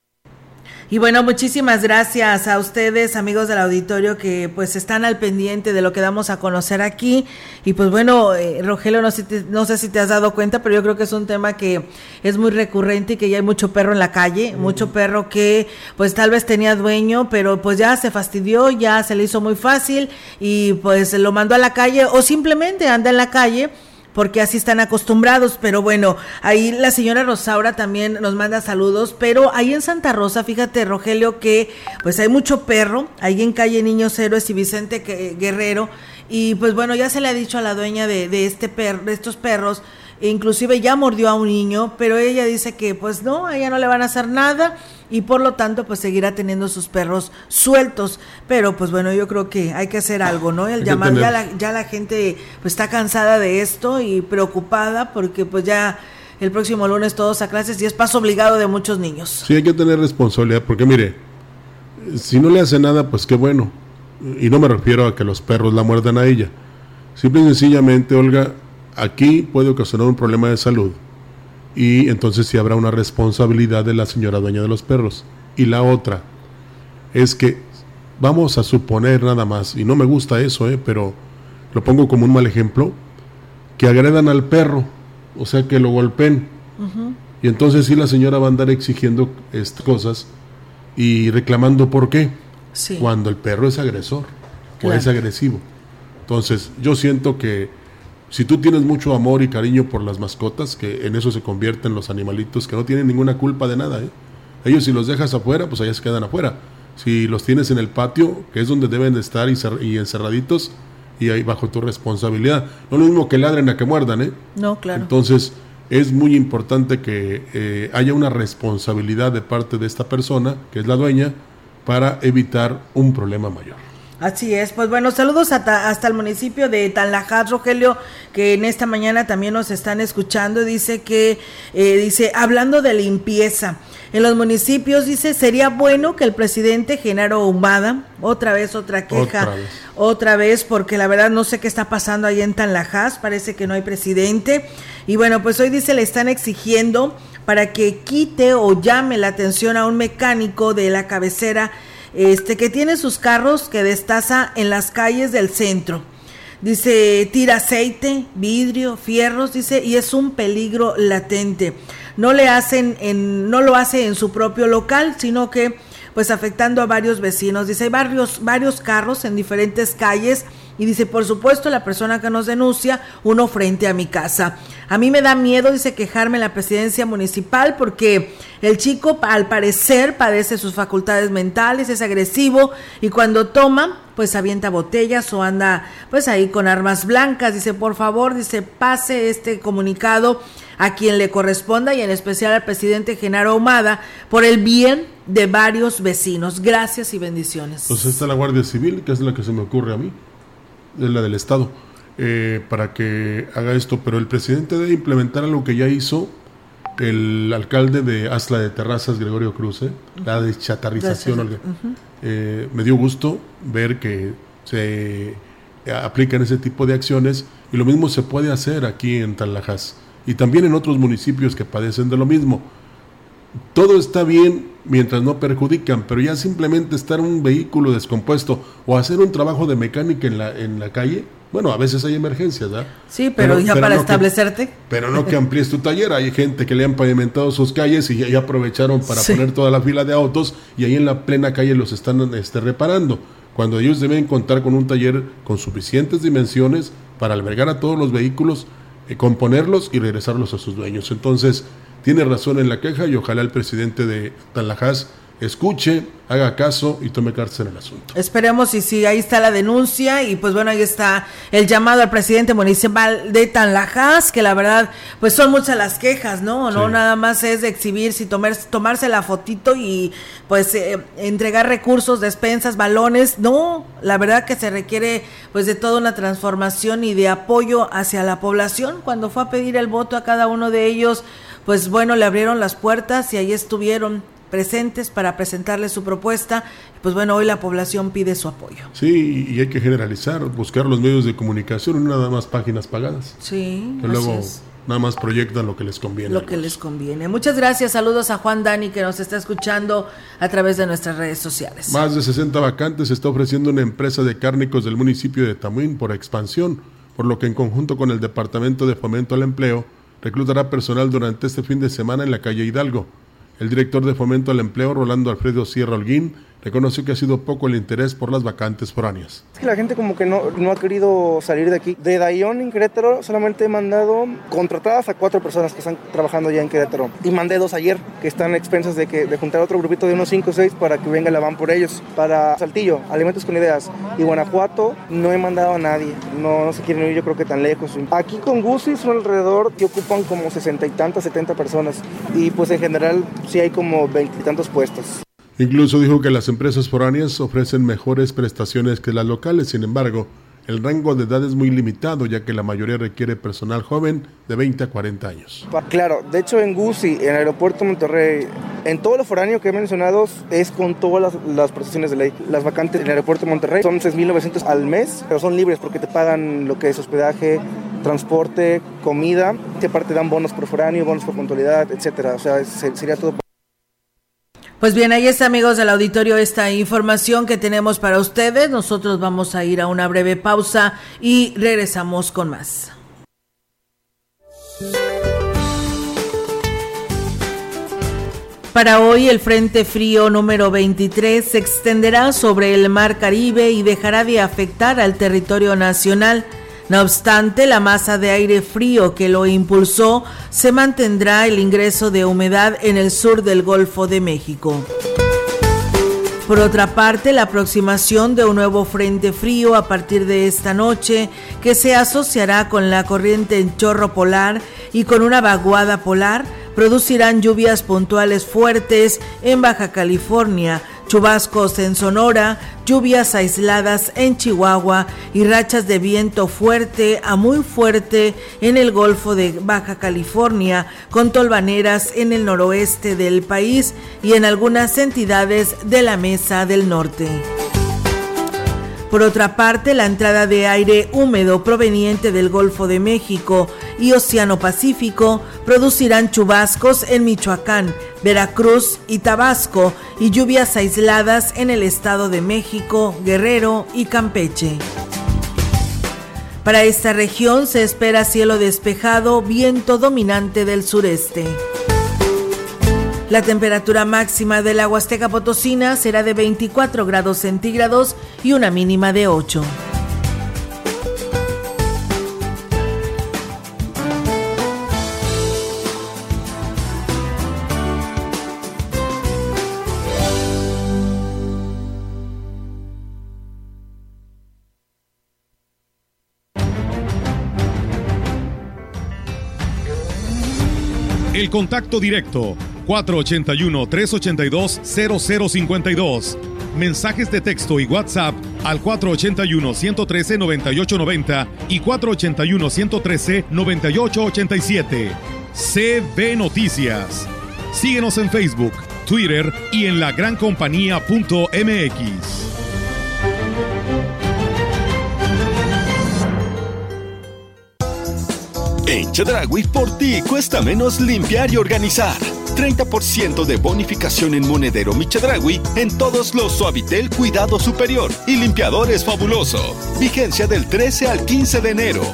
Y bueno, muchísimas gracias a ustedes, amigos del auditorio, que pues están al pendiente de lo que damos a conocer aquí. Y pues bueno, eh, Rogelio, no sé, te, no sé si te has dado cuenta, pero yo creo que es un tema que es muy recurrente y que ya hay mucho perro en la calle, mm. mucho perro que pues tal vez tenía dueño, pero pues ya se fastidió, ya se le hizo muy fácil y pues lo mandó a la calle o simplemente anda en la calle, porque así están acostumbrados. Pero bueno, ahí la señora Rosaura también nos manda saludos, pero ahí en Santa Rosa, fíjate, Rogelio, que pues hay mucho perro, ahí en calle Niños Héroes y Vicente Guerrero, y pues bueno, ya se le ha dicho a la dueña de, de este perro, de estos perros, inclusive ya mordió a un niño, pero ella dice que pues no, a ella no le van a hacer nada y por lo tanto pues seguirá teniendo sus perros sueltos, pero pues bueno, yo creo que hay que hacer algo, ¿no? El llamar, ya la, ya la gente pues está cansada de esto y preocupada porque pues ya el próximo lunes todos a clases y es paso obligado de muchos niños. Sí, hay que tener responsabilidad porque mire, si no le hace nada pues qué bueno, y no me refiero a que los perros la muerdan a ella, simple y sencillamente, Olga, aquí puede ocasionar un problema de salud y entonces sí habrá una responsabilidad de la señora dueña de los perros. Y la otra es que vamos a suponer nada más, y no me gusta eso, eh, pero lo pongo como un mal ejemplo, que agredan al perro, o sea que lo golpeen, uh-huh. y entonces sí la señora va a andar exigiendo estas cosas y reclamando por qué, sí. cuando el perro es agresor, claro. o es agresivo. Entonces yo siento que Si tú tienes mucho amor y cariño por las mascotas, que en eso se convierten los animalitos que no tienen ninguna culpa de nada, ¿eh? Ellos, si los dejas afuera, pues allá se quedan afuera. Si los tienes en el patio, que es donde deben de estar y, cer- y encerraditos, y ahí bajo tu responsabilidad. No es lo mismo que ladren a que muerdan, ¿eh? No, claro. Entonces, es muy importante que eh, haya una responsabilidad de parte de esta persona, que es la dueña, para evitar un problema mayor. Así es, pues bueno, saludos hasta, hasta el municipio de Tanlajas, Rogelio, que en esta mañana también nos están escuchando. Dice que, eh, dice, hablando de limpieza, en los municipios, dice, sería bueno que el presidente Genaro Humada, otra vez otra queja, Otra vez. otra vez, porque la verdad no sé qué está pasando ahí en Tanlajas, parece que no hay presidente. Y bueno, pues hoy dice, le están exigiendo para que quite o llame la atención a un mecánico de la cabecera, este que tiene sus carros que destaza en las calles del centro. Dice, tira aceite, vidrio, fierros, dice, y es un peligro latente. No le hacen en, no lo hace en su propio local, sino que pues afectando a varios vecinos. Dice, hay varios, varios carros en diferentes calles. Y dice, por supuesto, la persona que nos denuncia, uno frente a mi casa. A mí me da miedo, dice, quejarme en la presidencia municipal porque el chico, al parecer, padece sus facultades mentales, es agresivo y cuando toma, pues avienta botellas o anda, pues ahí con armas blancas. Dice, por favor, dice, pase este comunicado a quien le corresponda y en especial al presidente Genaro Humada por el bien de varios vecinos. Gracias y bendiciones. Pues está la Guardia Civil, que es la que se me ocurre a mí, es la del Estado, eh, para que haga esto, pero el presidente debe implementar algo que ya hizo el alcalde de Aztla de Terrazas, Gregorio Cruz, ¿eh? La deschatarrización. Uh-huh. eh, me dio gusto ver que se aplican ese tipo de acciones y lo mismo se puede hacer aquí en Tanlajas y también en otros municipios que padecen de lo mismo. Todo está bien mientras no perjudican, pero ya simplemente estar un vehículo descompuesto o hacer un trabajo de mecánica en la en la calle, bueno, a veces hay emergencias, ¿verdad? Sí, pero, pero ya pero para no establecerte. Que, pero no que amplíes tu taller, hay gente que le han pavimentado sus calles y ya, ya aprovecharon para sí. poner toda la fila de autos y ahí en la plena calle los están este, reparando, cuando ellos deben contar con un taller con suficientes dimensiones para albergar a todos los vehículos, eh, componerlos y regresarlos a sus dueños. Entonces, tiene razón en la queja y ojalá el presidente de Tanlajas escuche, haga caso y tome cárcel en el asunto. Esperemos y sí, ahí está la denuncia y pues bueno, ahí está el llamado al presidente municipal de Tanlajas, que la verdad pues son muchas las quejas, ¿no? Sí. No nada más es de exhibirse y tomar, tomarse la fotito y pues eh, entregar recursos, despensas, balones, no, la verdad que se requiere pues de toda una transformación y de apoyo hacia la población. Cuando fue a pedir el voto a cada uno de ellos, pues bueno, le abrieron las puertas y ahí estuvieron presentes para presentarle su propuesta. Pues bueno, hoy la población pide su apoyo. Sí, y hay que generalizar, buscar los medios de comunicación, no nada más páginas pagadas. Sí, que luego es. Nada más proyectan lo que les conviene. Lo que les conviene. Muchas gracias, saludos a Juan Dani que nos está escuchando a través de nuestras redes sociales. Más de sesenta vacantes está ofreciendo una empresa de cárnicos del municipio de Tamuín por expansión, por lo que en conjunto con el Departamento de Fomento al Empleo, reclutará personal durante este fin de semana en la calle Hidalgo. El director de Fomento al Empleo, Rolando Alfredo Sierra Holguín, reconoció que ha sido poco el interés por las vacantes foráneas. Es que la gente como que no, no ha querido salir de aquí. De Dayón en Querétaro solamente he mandado contratadas a cuatro personas que están trabajando ya en Querétaro. Y mandé dos ayer, que están a expensas de, que, de juntar otro grupito de unos cinco o seis para que venga la van por ellos. Para Saltillo, Alimentos con Ideas y Guanajuato no he mandado a nadie. No, no se quieren ir yo creo que tan lejos. Aquí con Gusi son alrededor que ocupan como sesenta y tantas, setenta personas. Y pues en general sí hay como veintitantos puestos. Incluso dijo que las empresas foráneas ofrecen mejores prestaciones que las locales, sin embargo, el rango de edad es muy limitado, ya que la mayoría requiere personal joven de veinte a cuarenta años. Claro, de hecho en Gusi, en el aeropuerto de Monterrey, en todo lo foráneo que he mencionado es con todas las, las prestaciones de ley. Las vacantes en el aeropuerto de Monterrey son seis mil novecientos al mes, pero son libres porque te pagan lo que es hospedaje, transporte, comida, y aparte dan bonos por foráneo, bonos por puntualidad, etcétera. O sea, sería todo. Pues bien, ahí está, amigos del auditorio, esta información que tenemos para ustedes. Nosotros vamos a ir a una breve pausa y regresamos con más. Para hoy, el Frente Frío número veintitrés se extenderá sobre el Mar Caribe y dejará de afectar al territorio nacional. No obstante, la masa de aire frío que lo impulsó se mantendrá el ingreso de humedad en el sur del Golfo de México. Por otra parte, la aproximación de un nuevo frente frío a partir de esta noche, que se asociará con la corriente en chorro polar y con una vaguada polar, producirán lluvias puntuales fuertes en Baja California, chubascos en Sonora, lluvias aisladas en Chihuahua y rachas de viento fuerte a muy fuerte en el Golfo de Baja California, con tolvaneras en el noroeste del país y en algunas entidades de la Mesa del Norte. Por otra parte, la entrada de aire húmedo proveniente del Golfo de México y Océano Pacífico producirán chubascos en Michoacán, Veracruz y Tabasco y lluvias aisladas en el Estado de México, Guerrero y Campeche. Para esta región se espera cielo despejado, viento dominante del sureste. La temperatura máxima de la Huasteca Potosina será de veinticuatro grados centígrados y una mínima de ocho. El contacto directo cuatro ochenta y uno, tres ochenta y dos, cero cero cincuenta y dos. Mensajes de texto y WhatsApp al cuatro ochenta y uno, ciento trece, noventa y ocho noventa y cuatro ochenta y uno, ciento trece, noventa y ocho ochenta y siete. C B Noticias. Síguenos en Facebook, Twitter y en la gran compañía punto m x. En Chedraui, por ti cuesta menos limpiar y organizar. treinta por ciento de bonificación en monedero Mi Chedraui en todos los Suavitel Cuidado Superior y limpiadores Fabuloso. Vigencia del trece al quince de enero.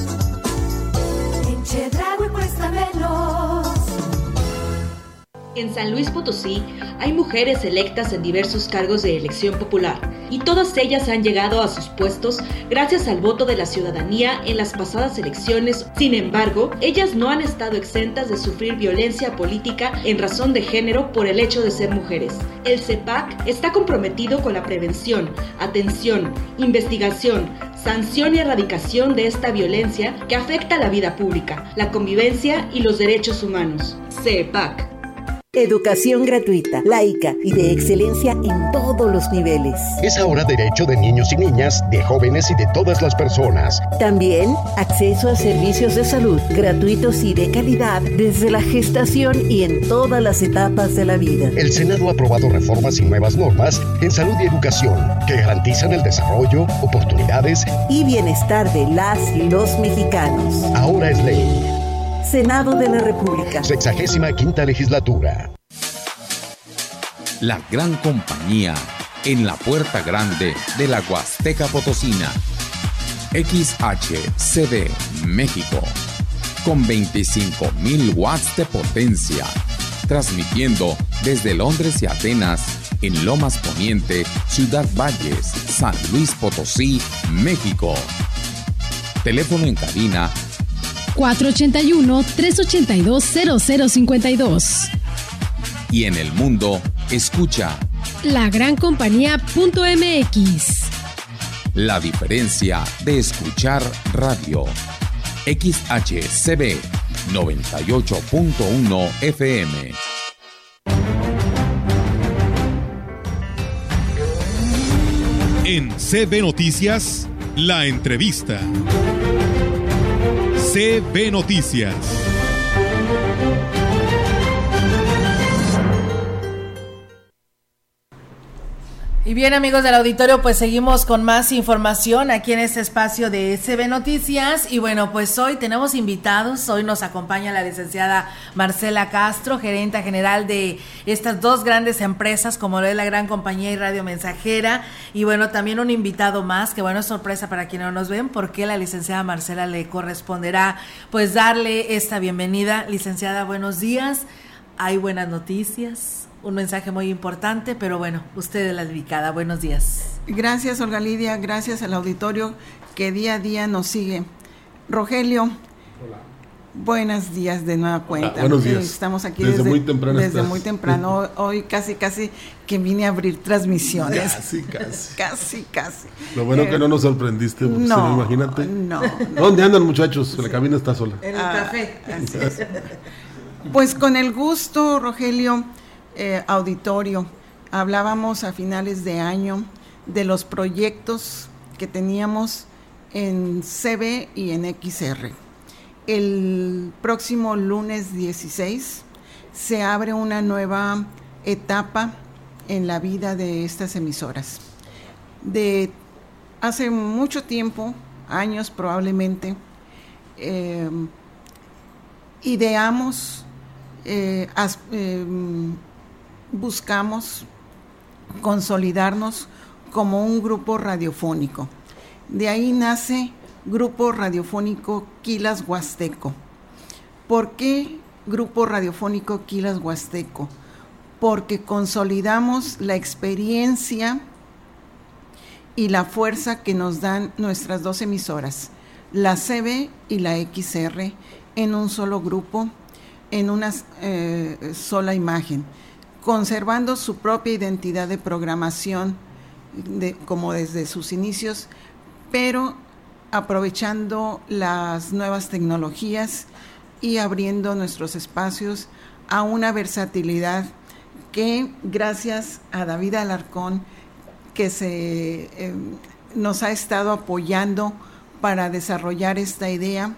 En Chedraui cuesta menos. En San Luis Potosí hay mujeres electas en diversos cargos de elección popular y todas ellas han llegado a sus puestos gracias al voto de la ciudadanía en las pasadas elecciones. Sin embargo, ellas no han estado exentas de sufrir violencia política en razón de género por el hecho de ser mujeres. El C E P A C está comprometido con la prevención, atención, investigación, sanción y erradicación de esta violencia que afecta la vida pública, la convivencia y los derechos humanos. C E P A C. Educación gratuita, laica y de excelencia en todos los niveles. Es ahora derecho de niños y niñas, de jóvenes y de todas las personas. También acceso a servicios de salud gratuitos y de calidad desde la gestación y en todas las etapas de la vida. El Senado ha aprobado reformas y nuevas normas en salud y educación que garantizan el desarrollo, oportunidades y bienestar de las y los mexicanos. Ahora es ley. Senado de la República. Sexagésima quinta legislatura. La gran compañía en la puerta grande de la Huasteca Potosina. X H C D México. Con veinticinco mil watts de potencia. Transmitiendo desde Londres y Atenas, en Lomas Poniente, Ciudad Valles, San Luis Potosí, México. Teléfono en cabina cuatro ochenta y uno, tres ochenta y dos, cero cero cincuenta y dos. Y en el mundo, escucha la gran compañía punto m x. La diferencia de escuchar radio. X H C B noventa y ocho punto uno F M. En C B Noticias, la entrevista. C B Noticias. Y bien, amigos del auditorio, pues seguimos con más información aquí en este espacio de C B Noticias. Y bueno, pues hoy tenemos invitados. Hoy nos acompaña la licenciada Marcela Castro, gerente general de estas dos grandes empresas, como es la Gran Compañía y Radio Mensajera. Y bueno, también un invitado más, que bueno, es sorpresa para quienes no nos ven, porque la licenciada Marcela le corresponderá pues darle esta bienvenida. Licenciada, buenos días. Hay buenas noticias. Un mensaje muy importante, pero bueno, usted es la dedicada. Buenos días. Gracias, Olga Lidia, gracias al auditorio que día a día nos sigue. Rogelio, hola. Buenos días de nueva cuenta. Hola, buenos días. Estamos aquí desde, desde muy temprano. Desde estás. muy temprano. Hoy casi, casi que vine a abrir transmisiones. Casi, casi. casi, casi. Lo bueno eh, que no nos sorprendiste, porque no, si no, imagínate. No, no. ¿Dónde andan, muchachos? Sí. La cabina está sola. En el ah, café. Así es. Pues con el gusto, Rogelio, eh, auditorio, hablábamos a finales de año de los proyectos que teníamos en C B y en X R. El próximo lunes dieciséis se abre una nueva etapa en la vida de estas emisoras. De hace mucho tiempo, años probablemente, eh, ideamos, eh, as, eh, buscamos consolidarnos como un grupo radiofónico. De ahí nace Grupo Radiofónico Quilas Huasteco. ¿Por qué Grupo Radiofónico Quilas Huasteco? Porque consolidamos la experiencia y la fuerza que nos dan nuestras dos emisoras, la C B y la X R, en un solo grupo, en una eh, sola imagen, conservando su propia identidad de programación, de, como desde sus inicios, pero aprovechando las nuevas tecnologías y abriendo nuestros espacios a una versatilidad que, gracias a David Alarcón, que se eh, nos ha estado apoyando para desarrollar esta idea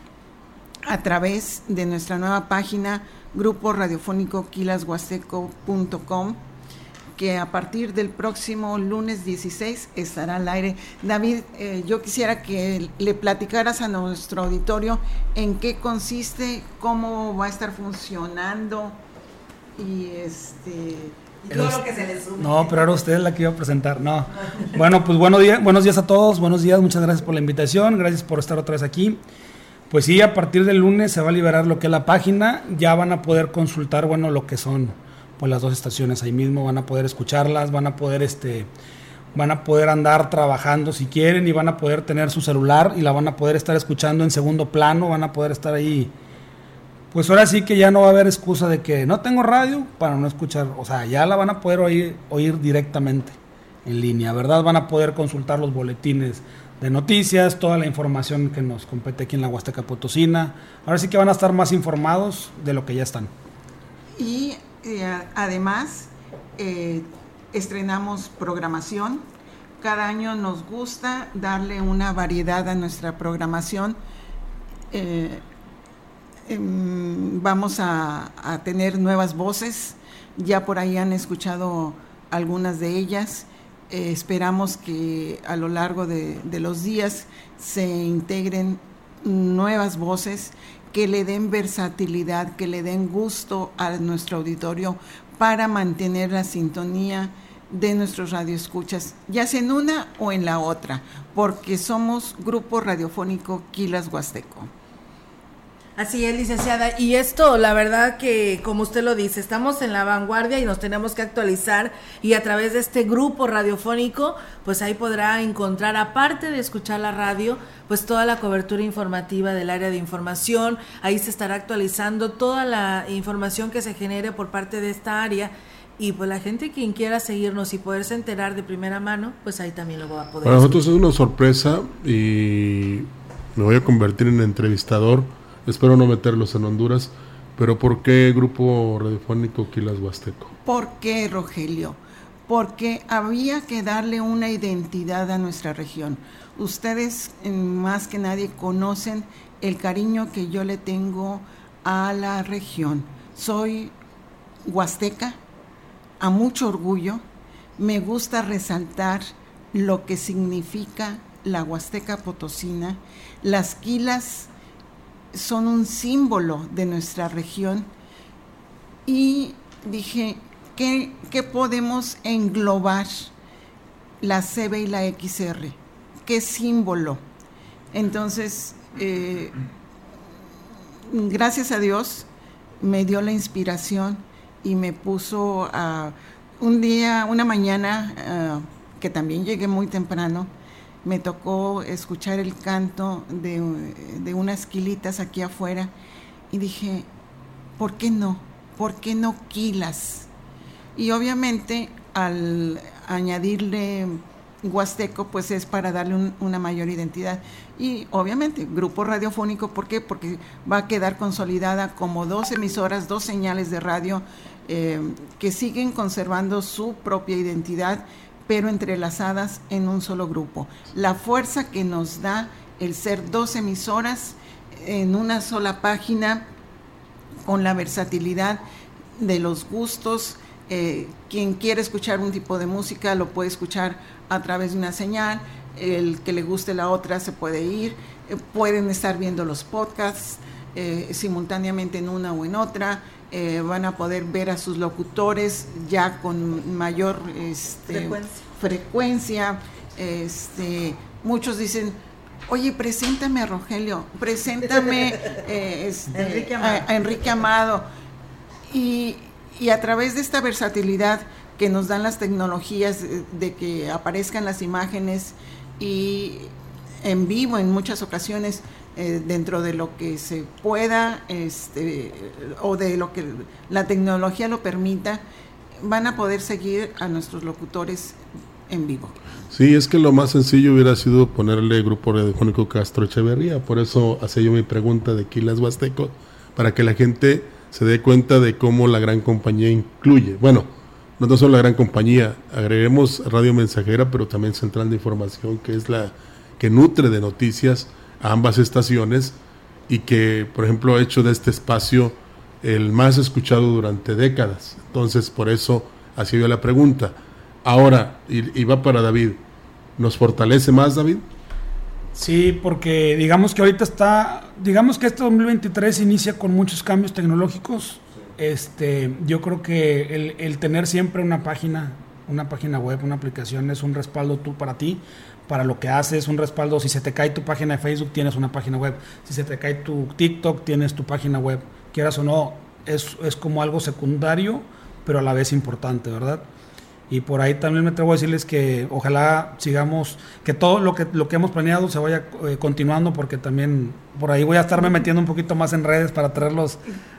a través de nuestra nueva página grupo radiofónico quilas huasteco punto com, que a partir del próximo lunes dieciséis estará al aire. David, eh, yo quisiera que le platicaras a nuestro auditorio en qué consiste, cómo va a estar funcionando y este y todo lo que se les sume. No, pero ahora usted es la que iba a presentar, no. Bueno, pues buenos días, buenos días a todos, buenos días, muchas gracias por la invitación, gracias por estar otra vez aquí. Pues sí, a partir del lunes se va a liberar lo que es la página, ya van a poder consultar, bueno, lo que son pues las dos estaciones ahí mismo, van a poder escucharlas, van a poder este van a poder andar trabajando si quieren y van a poder tener su celular y la van a poder estar escuchando en segundo plano, van a poder estar ahí. Pues ahora sí que ya no va a haber excusa de que no tengo radio para no escuchar, o sea, ya la van a poder oír, oír directamente en línea, ¿verdad? Van a poder consultar los boletines de noticias, toda la información que nos compete aquí en la Huasteca Potosina. Ahora sí que van a estar más informados de lo que ya están. Y Eh, además, eh, estrenamos programación. Cada año nos gusta darle una variedad a nuestra programación. Eh, eh, vamos a, a tener nuevas voces. Ya por ahí han escuchado algunas de ellas. Eh, esperamos que a lo largo de, de los días se integren nuevas voces que le den versatilidad, que le den gusto a nuestro auditorio para mantener la sintonía de nuestros radioescuchas, ya sea en una o en la otra, porque somos Grupo Radiofónico Quilas Huasteco. Así es, licenciada, y esto, la verdad que, como usted lo dice, estamos en la vanguardia y nos tenemos que actualizar, y a través de este grupo radiofónico, pues ahí podrá encontrar, aparte de escuchar la radio, pues toda la cobertura informativa del área de información. Ahí se estará actualizando toda la información que se genere por parte de esta área, y pues la gente quien quiera seguirnos y poderse enterar de primera mano, pues ahí también lo va a poder. Para nosotros es una sorpresa y me voy a convertir en entrevistador. Espero no meterlos en Honduras, pero ¿por qué Grupo Radiofónico Quilas Huasteco? ¿Por qué, Rogelio? Porque había que darle una identidad a nuestra región. Ustedes más que nadie conocen el cariño que yo le tengo a la región. Soy huasteca, a mucho orgullo. Me gusta resaltar lo que significa la Huasteca Potosina. Las quilas son un símbolo de nuestra región y dije, ¿qué, qué podemos englobar la C B y la X R? ¿Qué símbolo? Entonces, eh, gracias a Dios, me dio la inspiración y me puso a... Un día, una mañana, uh, que también llegué muy temprano, me tocó escuchar el canto de, de unas quilitas aquí afuera y dije, ¿por qué no? ¿Por qué no quilas? Y obviamente al añadirle huasteco, pues es para darle un, una mayor identidad. Y obviamente, grupo radiofónico, ¿por qué? Porque va a quedar consolidada como dos emisoras, dos señales de radio eh, que siguen conservando su propia identidad, pero entrelazadas en un solo grupo. La fuerza que nos da el ser dos emisoras en una sola página, con la versatilidad de los gustos. Eh, quien quiere escuchar un tipo de música lo puede escuchar a través de una señal, el que le guste la otra se puede ir, eh, pueden estar viendo los podcasts eh, simultáneamente en una o en otra, eh, van a poder ver a sus locutores ya con mayor este, frecuencia, frecuencia este, muchos dicen, oye, preséntame a Rogelio, preséntame eh, este, Enrique a, a Enrique Amado, y Y a través de esta versatilidad que nos dan las tecnologías de, de que aparezcan las imágenes y en vivo en muchas ocasiones eh, dentro de lo que se pueda este, o de lo que la tecnología lo permita, van a poder seguir a nuestros locutores en vivo. Sí, es que lo más sencillo hubiera sido ponerle Grupo Radiofónico Castro Echeverría, por eso hacía yo mi pregunta de Quilas Huasteco, para que la gente se dé cuenta de cómo la gran compañía incluye, bueno, no tan solo la gran compañía, agreguemos Radio Mensajera, pero también Central de Información, que es la que nutre de noticias a ambas estaciones y que, por ejemplo, ha hecho de este espacio el más escuchado durante décadas. Entonces, por eso hacía yo la pregunta. Ahora, y, y va para David, ¿nos fortalece más, David? Sí, porque digamos que ahorita está, digamos que este dos mil veintitrés inicia con muchos cambios tecnológicos. Este, yo creo que el, el tener siempre una página, una página web, una aplicación es un respaldo tú para ti, para lo que haces, un respaldo. Si se te cae tu página de Facebook, tienes una página web. Si se te cae tu TikTok, tienes tu página web. Quieras o no, es, es como algo secundario, pero a la vez importante, ¿verdad? Y por ahí también me atrevo a decirles que ojalá sigamos, que todo lo que lo que hemos planeado se vaya eh, continuando, porque también por ahí voy a estarme metiendo un poquito más en redes para traerlos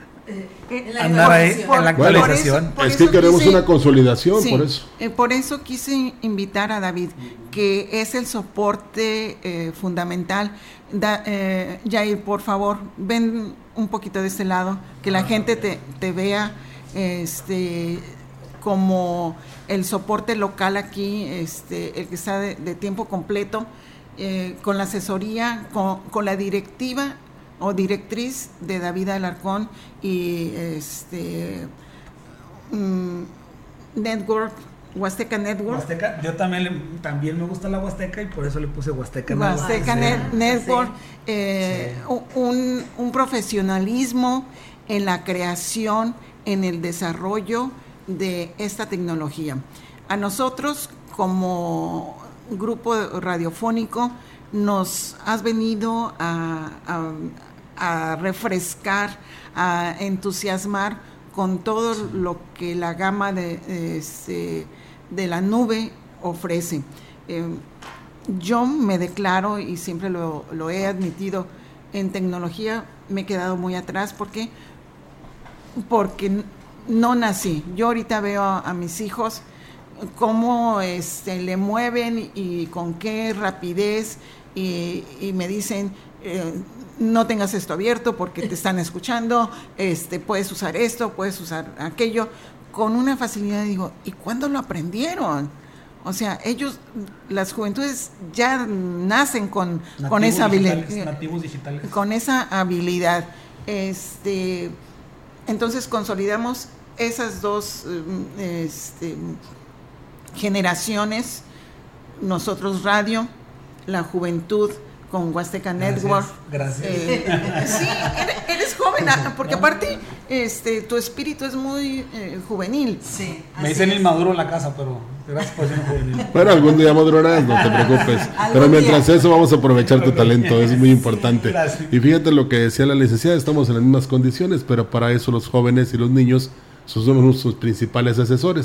eh, andar ahí en la actualización. Bueno, es que queremos quise, una consolidación, sí, por eso. Eh, por eso quise invitar a David, que es el soporte eh, fundamental. Da, eh, Jair, por favor, ven un poquito de este lado, que la gente te, te vea este como el soporte local aquí, este, el que está de, de tiempo completo, eh, con la asesoría, con, con la directiva o directriz de David Alarcón y este um, Network, Huasteca Network. Huasteca, yo también, le, también me gusta la Huasteca y por eso le puse Huasteca, Huasteca Net, sí. Network, eh, sí. un, un profesionalismo en la creación, en el desarrollo de esta tecnología. A nosotros como grupo radiofónico nos has venido a, a, a refrescar, a entusiasmar con todo lo que la gama de, este, de la nube ofrece. Eh, yo me declaro, y siempre lo, lo he admitido, en tecnología me he quedado muy atrás. ¿Por qué? Porque no nací. Yo ahorita veo a, a mis hijos cómo este, le mueven y con qué rapidez y, y me dicen eh, no tengas esto abierto porque te están escuchando, este, puedes usar esto, puedes usar aquello, con una facilidad. Digo, ¿y cuándo lo aprendieron? O sea, ellos, las juventudes ya nacen con, con esa habilidad, nativos digitales. Con esa habilidad. Este, entonces consolidamos esas dos este, generaciones, nosotros radio, la juventud con Huasteca Network. Gracias. Eh, sí, eres, eres joven, porque aparte este, tu espíritu es muy eh, juvenil. Sí, me dicen inmaduro en la casa, pero gracias por ser juvenil. Bueno, algún día madurarás, no te preocupes. Pero mientras eso vamos a aprovechar tu talento, es muy importante. Sí, y fíjate lo que decía la licenciada, estamos en las mismas condiciones, pero para eso los jóvenes y los niños son nuestros principales asesores.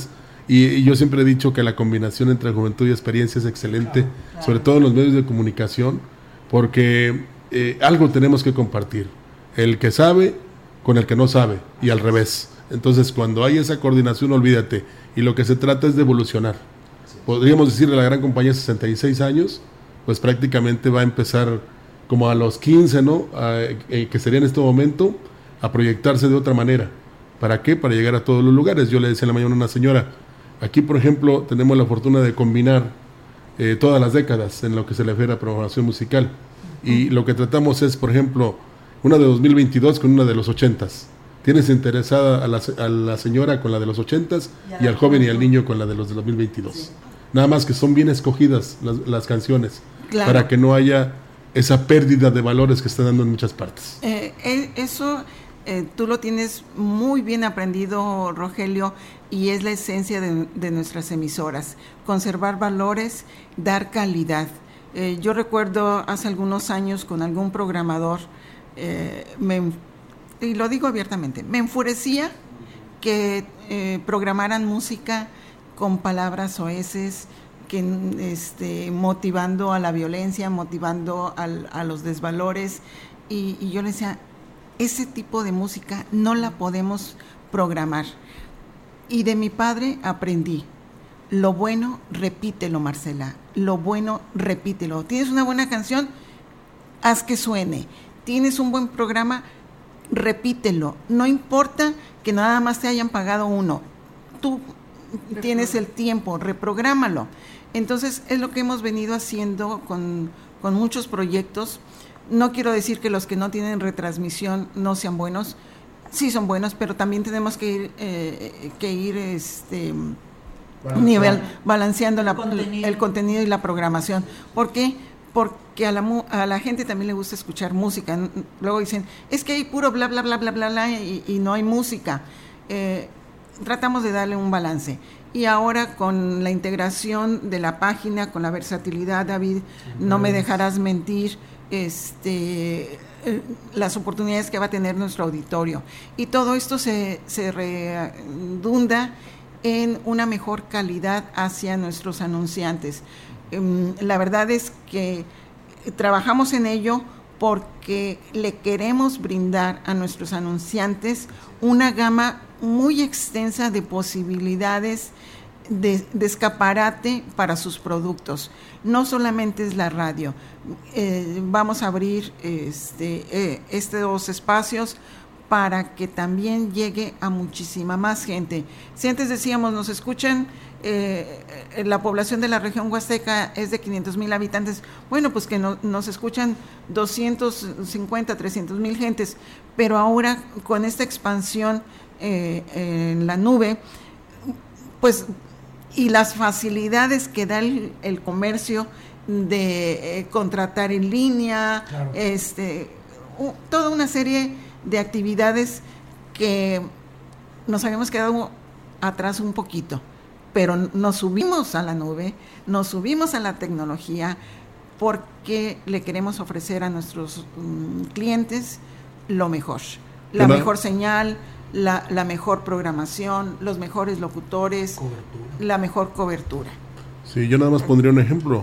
Y, y yo siempre he dicho que la combinación entre juventud y experiencia es excelente, claro, claro. sobre todo en los medios de comunicación, porque eh, algo tenemos que compartir. El que sabe con el que no sabe, y al revés. Entonces, cuando hay esa coordinación, olvídate. Y lo que se trata es de evolucionar. Podríamos decirle a la gran compañía sesenta y seis años, pues prácticamente va a empezar como a los quince, ¿no? A, eh, que sería en este momento, a proyectarse de otra manera. ¿Para qué? Para llegar a todos los lugares. Yo le decía en la mañana a una señora, aquí por ejemplo tenemos la fortuna de combinar eh, todas las décadas en lo que se refiere a programación musical. Y lo que tratamos es, por ejemplo, una de dos mil veintidós con una de los ochentas. Tienes interesada a la, a la señora con la de los ochentas y al joven y al niño con la de los de dos mil veintidós. Sí. Nada más que son bien escogidas las, las canciones, claro, para que no haya esa pérdida de valores que está dando en muchas partes. Eh, eh, eso eh, tú lo tienes muy bien aprendido, Rogelio, y es la esencia de, de nuestras emisoras. Conservar valores, dar calidad. Eh, yo recuerdo hace algunos años con algún programador, eh, me, y lo digo abiertamente, me enfurecía que eh, programaran música con palabras soeces, que este, motivando a la violencia, motivando al, a los desvalores, y, y yo le decía, ese tipo de música no la podemos programar. Y de mi padre aprendí, lo bueno, repítelo, Marcela, lo bueno, repítelo. Tienes una buena canción, haz que suene. Tienes un buen programa, repítelo. No importa que nada más te hayan pagado uno, tú tienes el tiempo, reprográmalo. Entonces es lo que hemos venido haciendo con, con muchos proyectos. No quiero decir que los que no tienen retransmisión no sean buenos, sí son buenos, pero también tenemos que ir, eh, que ir este, nivel, balanceando la, contenido. el contenido y la programación. ¿Por qué? Porque a la, a la gente también le gusta escuchar música. Luego dicen, es que hay puro bla, bla, bla, bla, bla, bla y, y no hay música. Eh, tratamos de darle un balance. Y ahora con la integración de la página, con la versatilidad, David, no me dejarás mentir, este, eh, las oportunidades que va a tener nuestro auditorio. Y todo esto se, se redunda en una mejor calidad hacia nuestros anunciantes. Eh, la verdad es que trabajamos en ello porque le queremos brindar a nuestros anunciantes una gama muy extensa de posibilidades de, de escaparate para sus productos. No solamente es la radio, eh, vamos a abrir este, eh, estos espacios para que también llegue a muchísima más gente. Si antes decíamos, nos escuchan, eh, la población de la región huasteca es de quinientos mil habitantes, bueno, pues que no, nos escuchan doscientos cincuenta, trescientos mil gentes, pero ahora con esta expansión eh, en la nube, pues, y las facilidades que da el, el comercio de eh, contratar en línea, claro, este, uh, toda una serie de actividades que nos habíamos quedado atrás un poquito, pero nos subimos a la nube, nos subimos a la tecnología porque le queremos ofrecer a nuestros um, clientes lo mejor, la ¿verdad? Mejor señal, la, la mejor programación, los mejores locutores, cobertura. La mejor cobertura. Sí, yo nada más pondría un ejemplo.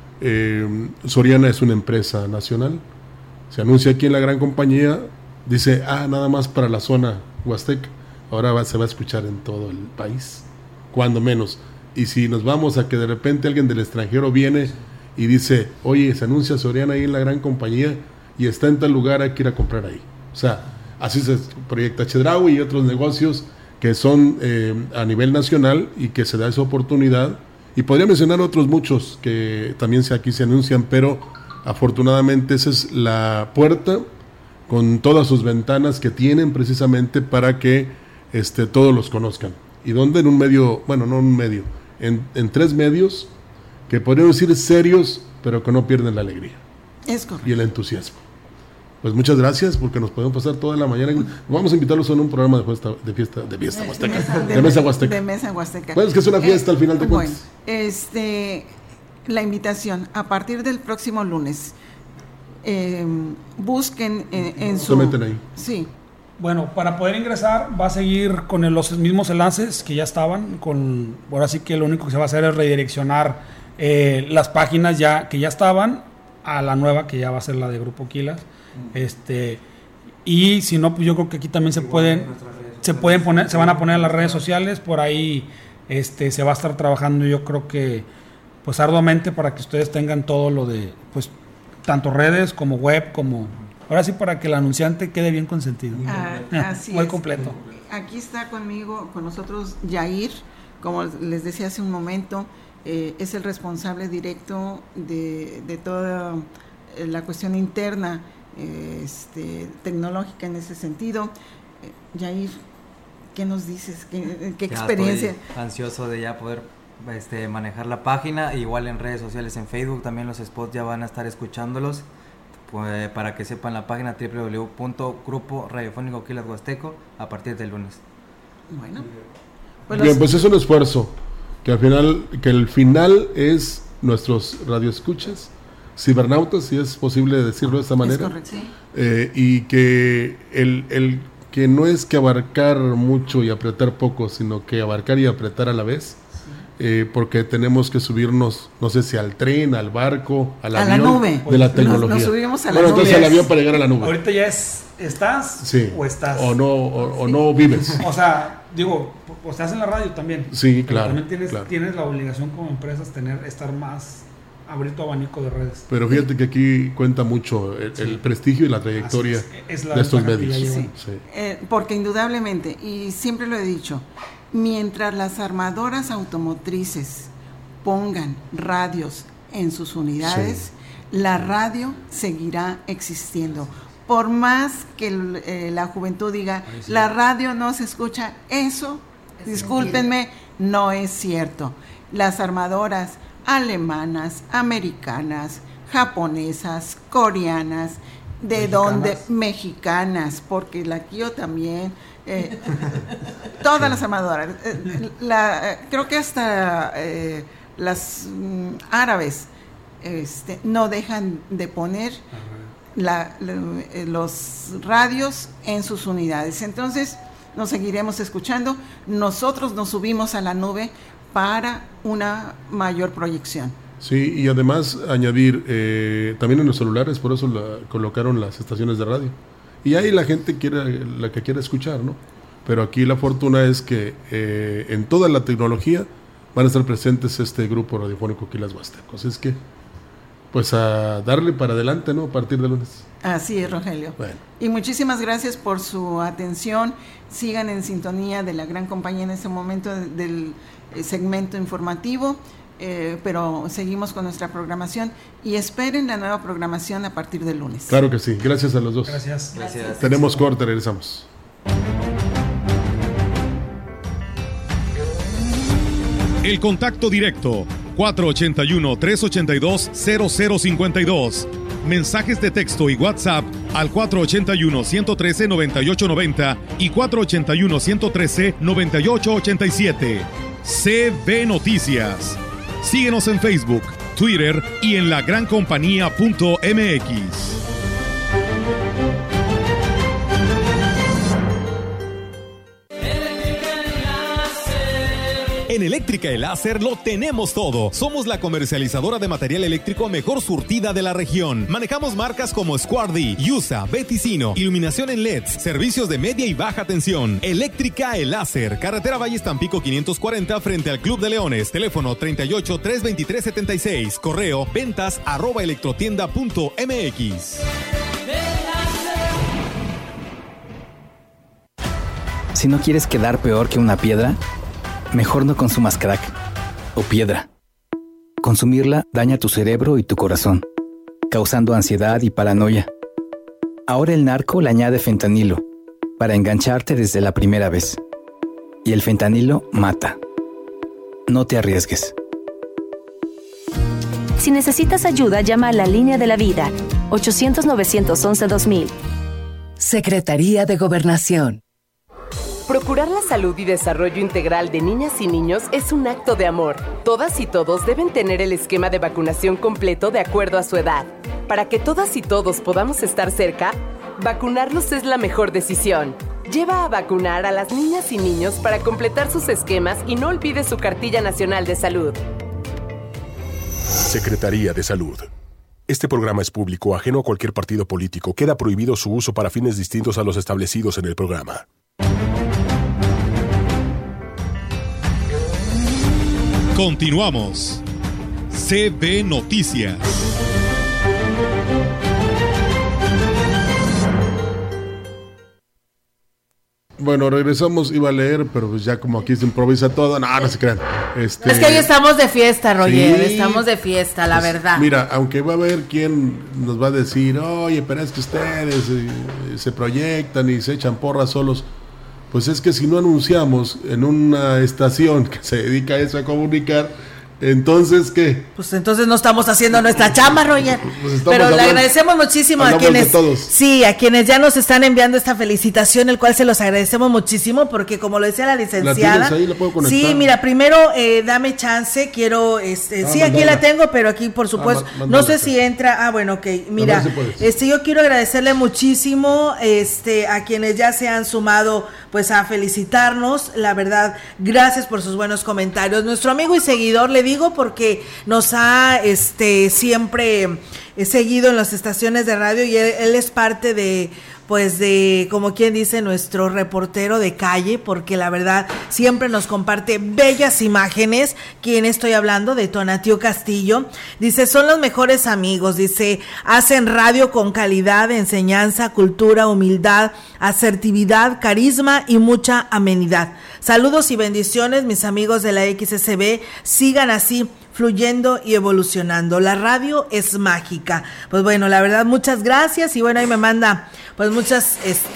Eh, Soriana es una empresa nacional, se anuncia aquí en la gran compañía, dice, ah, nada más para la zona huasteca, ahora va, se va a escuchar en todo el país, cuando menos. Y si nos vamos a que de repente alguien del extranjero viene y dice, oye, se anuncia Soriana ahí en la gran compañía y está en tal lugar, hay que ir a comprar ahí. O sea, así se proyecta Chedraui y otros negocios que son eh, a nivel nacional y que se da esa oportunidad. Y podría mencionar otros muchos que también se, aquí se anuncian, pero afortunadamente esa es la puerta con todas sus ventanas que tienen precisamente para que este, todos los conozcan. Y donde en un medio, bueno, no en un medio, en, en tres medios que podríamos decir serios, pero que no pierden la alegría. Es correcto. Y el entusiasmo. Pues muchas gracias, porque nos podemos pasar toda la mañana. Vamos a invitarlos a un programa de fiesta, de fiesta, de fiesta huasteca. De mesa, de, de mesa huasteca. De mesa huasteca. Bueno, es que es una fiesta eh, al final de bueno, cuentas. Este, la invitación, a partir del próximo lunes, eh, busquen en, en su... Se meten ahí. Sí, Bueno, para poder ingresar va a seguir con el, los mismos enlaces que ya estaban, con ahora sí que lo único que se va a hacer es redireccionar eh, las páginas ya que ya estaban a la nueva que ya va a ser la de Grupo Quilas. Uh-huh. Este y si no, pues yo creo que aquí también se Igual pueden se pueden poner, se van a poner en las redes sociales, por ahí este se va a estar trabajando, yo creo que pues arduamente para que ustedes tengan todo lo de pues tanto redes como web como ahora sí para que el anunciante quede bien consentido. Ah, así Muy es. completo. Aquí está conmigo, con nosotros, Yair, como les decía hace un momento, eh, es el responsable directo de, de toda la cuestión interna, eh, este, tecnológica en ese sentido. Eh, Yair, ¿qué nos dices? ¿Qué, qué experiencia? Estoy ansioso de ya poder este, manejar la página, igual en redes sociales, en Facebook, también los spots ya van a estar escuchándolos. Pues, para que sepan la página doble u doble u doble u punto grupo radiofónico Quilas Huasteco a partir del lunes. Bueno, pues, bien, pues es un esfuerzo que al final, que el final es nuestros radioescuchas, cibernautas, si es posible decirlo de esta manera. Es correcto, sí. eh, y que el, el que no es que abarcar mucho y apretar poco, sino que abarcar y apretar a la vez. Eh, porque tenemos que subirnos, no sé si al tren, al barco, al a avión la nube. de la tecnología. Nos, nos subimos a la bueno, nube. entonces al avión para llegar a la nube. Ahorita ya es, ¿estás sí. o estás? O no, o, o no vives. O sea, digo, o estás en la radio también. Sí, pero claro. También tienes, claro. tienes la obligación como empresas tener, estar más, abrir tu abanico de redes. Pero fíjate que aquí cuenta mucho el, sí. el prestigio y la trayectoria es, es la de estos medios. Sí. Sí. Eh, porque indudablemente, y siempre lo he dicho, mientras las armadoras automotrices pongan radios en sus unidades, sí. la radio seguirá existiendo. Por más que eh, la juventud diga, sí. la radio no se escucha, eso, es discúlpenme, mentira. No es cierto. Las armadoras alemanas, americanas, japonesas, coreanas, de mexicanas. donde mexicanas, porque la Kio también, eh, todas sí. las armadoras, eh, la, eh, creo que hasta eh, las mm, árabes este, no dejan de poner la, la, los radios en sus unidades. Entonces nos seguiremos escuchando. Nosotros nos subimos a la nube para una mayor proyección. Sí, y además añadir eh, también en los celulares, por eso la, colocaron las estaciones de radio. Y ahí la gente quiere, la que quiera escuchar, ¿no? Pero aquí la fortuna es que eh, en toda la tecnología van a estar presentes este grupo radiofónico Quilas Huasteco. Así es que, pues a darle para adelante, ¿no? A partir de lunes. Así es, Rogelio. Bueno. Y muchísimas gracias por su atención. Sigan en sintonía de la gran compañía en este momento del segmento informativo. Eh, pero seguimos con nuestra programación y esperen la nueva programación a partir del lunes. Claro que sí, gracias a los dos. Gracias. Gracias. Tenemos corte, regresamos. El contacto directo cuatro ochenta y uno, tres ochenta y dos, cero cero cincuenta y dos. Mensajes de texto y WhatsApp al cuatro ochenta y uno, ciento trece, noventa y ocho noventa y cuatro ochenta y uno, ciento trece, noventa y ocho ochenta y siete. C B Noticias. Síguenos en Facebook, Twitter y en la gran compañía punto m x. En Eléctrica El Láser lo tenemos todo. Somos la comercializadora de material eléctrico mejor surtida de la región. Manejamos marcas como Squardi, Yusa, Beticino, iluminación en L E Ds, servicios de media y baja tensión. Eléctrica El Láser, carretera Valles Tampico quinientos cuarenta frente al Club de Leones. Teléfono treinta y ocho, trescientos veintitrés, setenta y seis. Correo ventas arroba electrotienda punto m x. Si no quieres quedar peor que una piedra, mejor no consumas crack o piedra. Consumirla daña tu cerebro y tu corazón, causando ansiedad y paranoia. Ahora el narco le añade fentanilo para engancharte desde la primera vez. Y el fentanilo mata. No te arriesgues. Si necesitas ayuda, llama a la Línea de la Vida, ochocientos, novecientos once, dos mil. Secretaría de Gobernación. Procurar la salud y desarrollo integral de niñas y niños es un acto de amor. Todas y todos deben tener el esquema de vacunación completo de acuerdo a su edad. Para que todas y todos podamos estar cerca, Vacunarlos es la mejor decisión. Lleva a vacunar a las niñas y niños para completar sus esquemas y no olvide su cartilla nacional de salud. Secretaría de Salud. Este programa es público, ajeno a cualquier partido político. Queda prohibido su uso para fines distintos a los establecidos en el programa. Continuamos. C B Noticias. Bueno, regresamos, iba a leer, pero pues ya como aquí se improvisa todo, no, no se crean. Este, es que hoy estamos de fiesta, Roger, sí, estamos de fiesta, la pues, verdad. Mira, aunque va a haber quien nos va a decir, oye, pero es que ustedes eh, se proyectan y se echan porras solos, pues es que si no anunciamos en una estación que se dedica a eso, a comunicar, entonces, ¿qué? Pues entonces no estamos haciendo nuestra chamba, Roger. Pues pero hablando, le agradecemos muchísimo a quienes, sí, a quienes ya nos están enviando esta felicitación, el cual se los agradecemos muchísimo, porque como lo decía la licenciada, ¿la tienes ahí? ¿La puedo conectar? Sí, mira, primero eh, dame chance, quiero, este, ah, sí, mandala. Aquí la tengo, pero aquí por supuesto, ah, no sé si entra, ah, bueno, ok, mira, si este, yo quiero agradecerle muchísimo, este, a quienes ya se han sumado, pues a felicitarnos, la verdad, gracias por sus buenos comentarios. Nuestro amigo y seguidor, le digo porque nos ha este siempre eh, seguido en las estaciones de radio y él, él es parte de pues de, como quien dice, nuestro reportero de calle, porque la verdad siempre nos comparte bellas imágenes. ¿Quién estoy hablando? De Tonatiuh Castillo. Dice, son los mejores amigos, dice, hacen radio con calidad, enseñanza, cultura, humildad, asertividad, carisma y mucha amenidad. Saludos y bendiciones, mis amigos de la X S B, sigan así, fluyendo y evolucionando. La radio es mágica. Pues bueno, la verdad, muchas gracias y bueno, ahí me manda pues muchas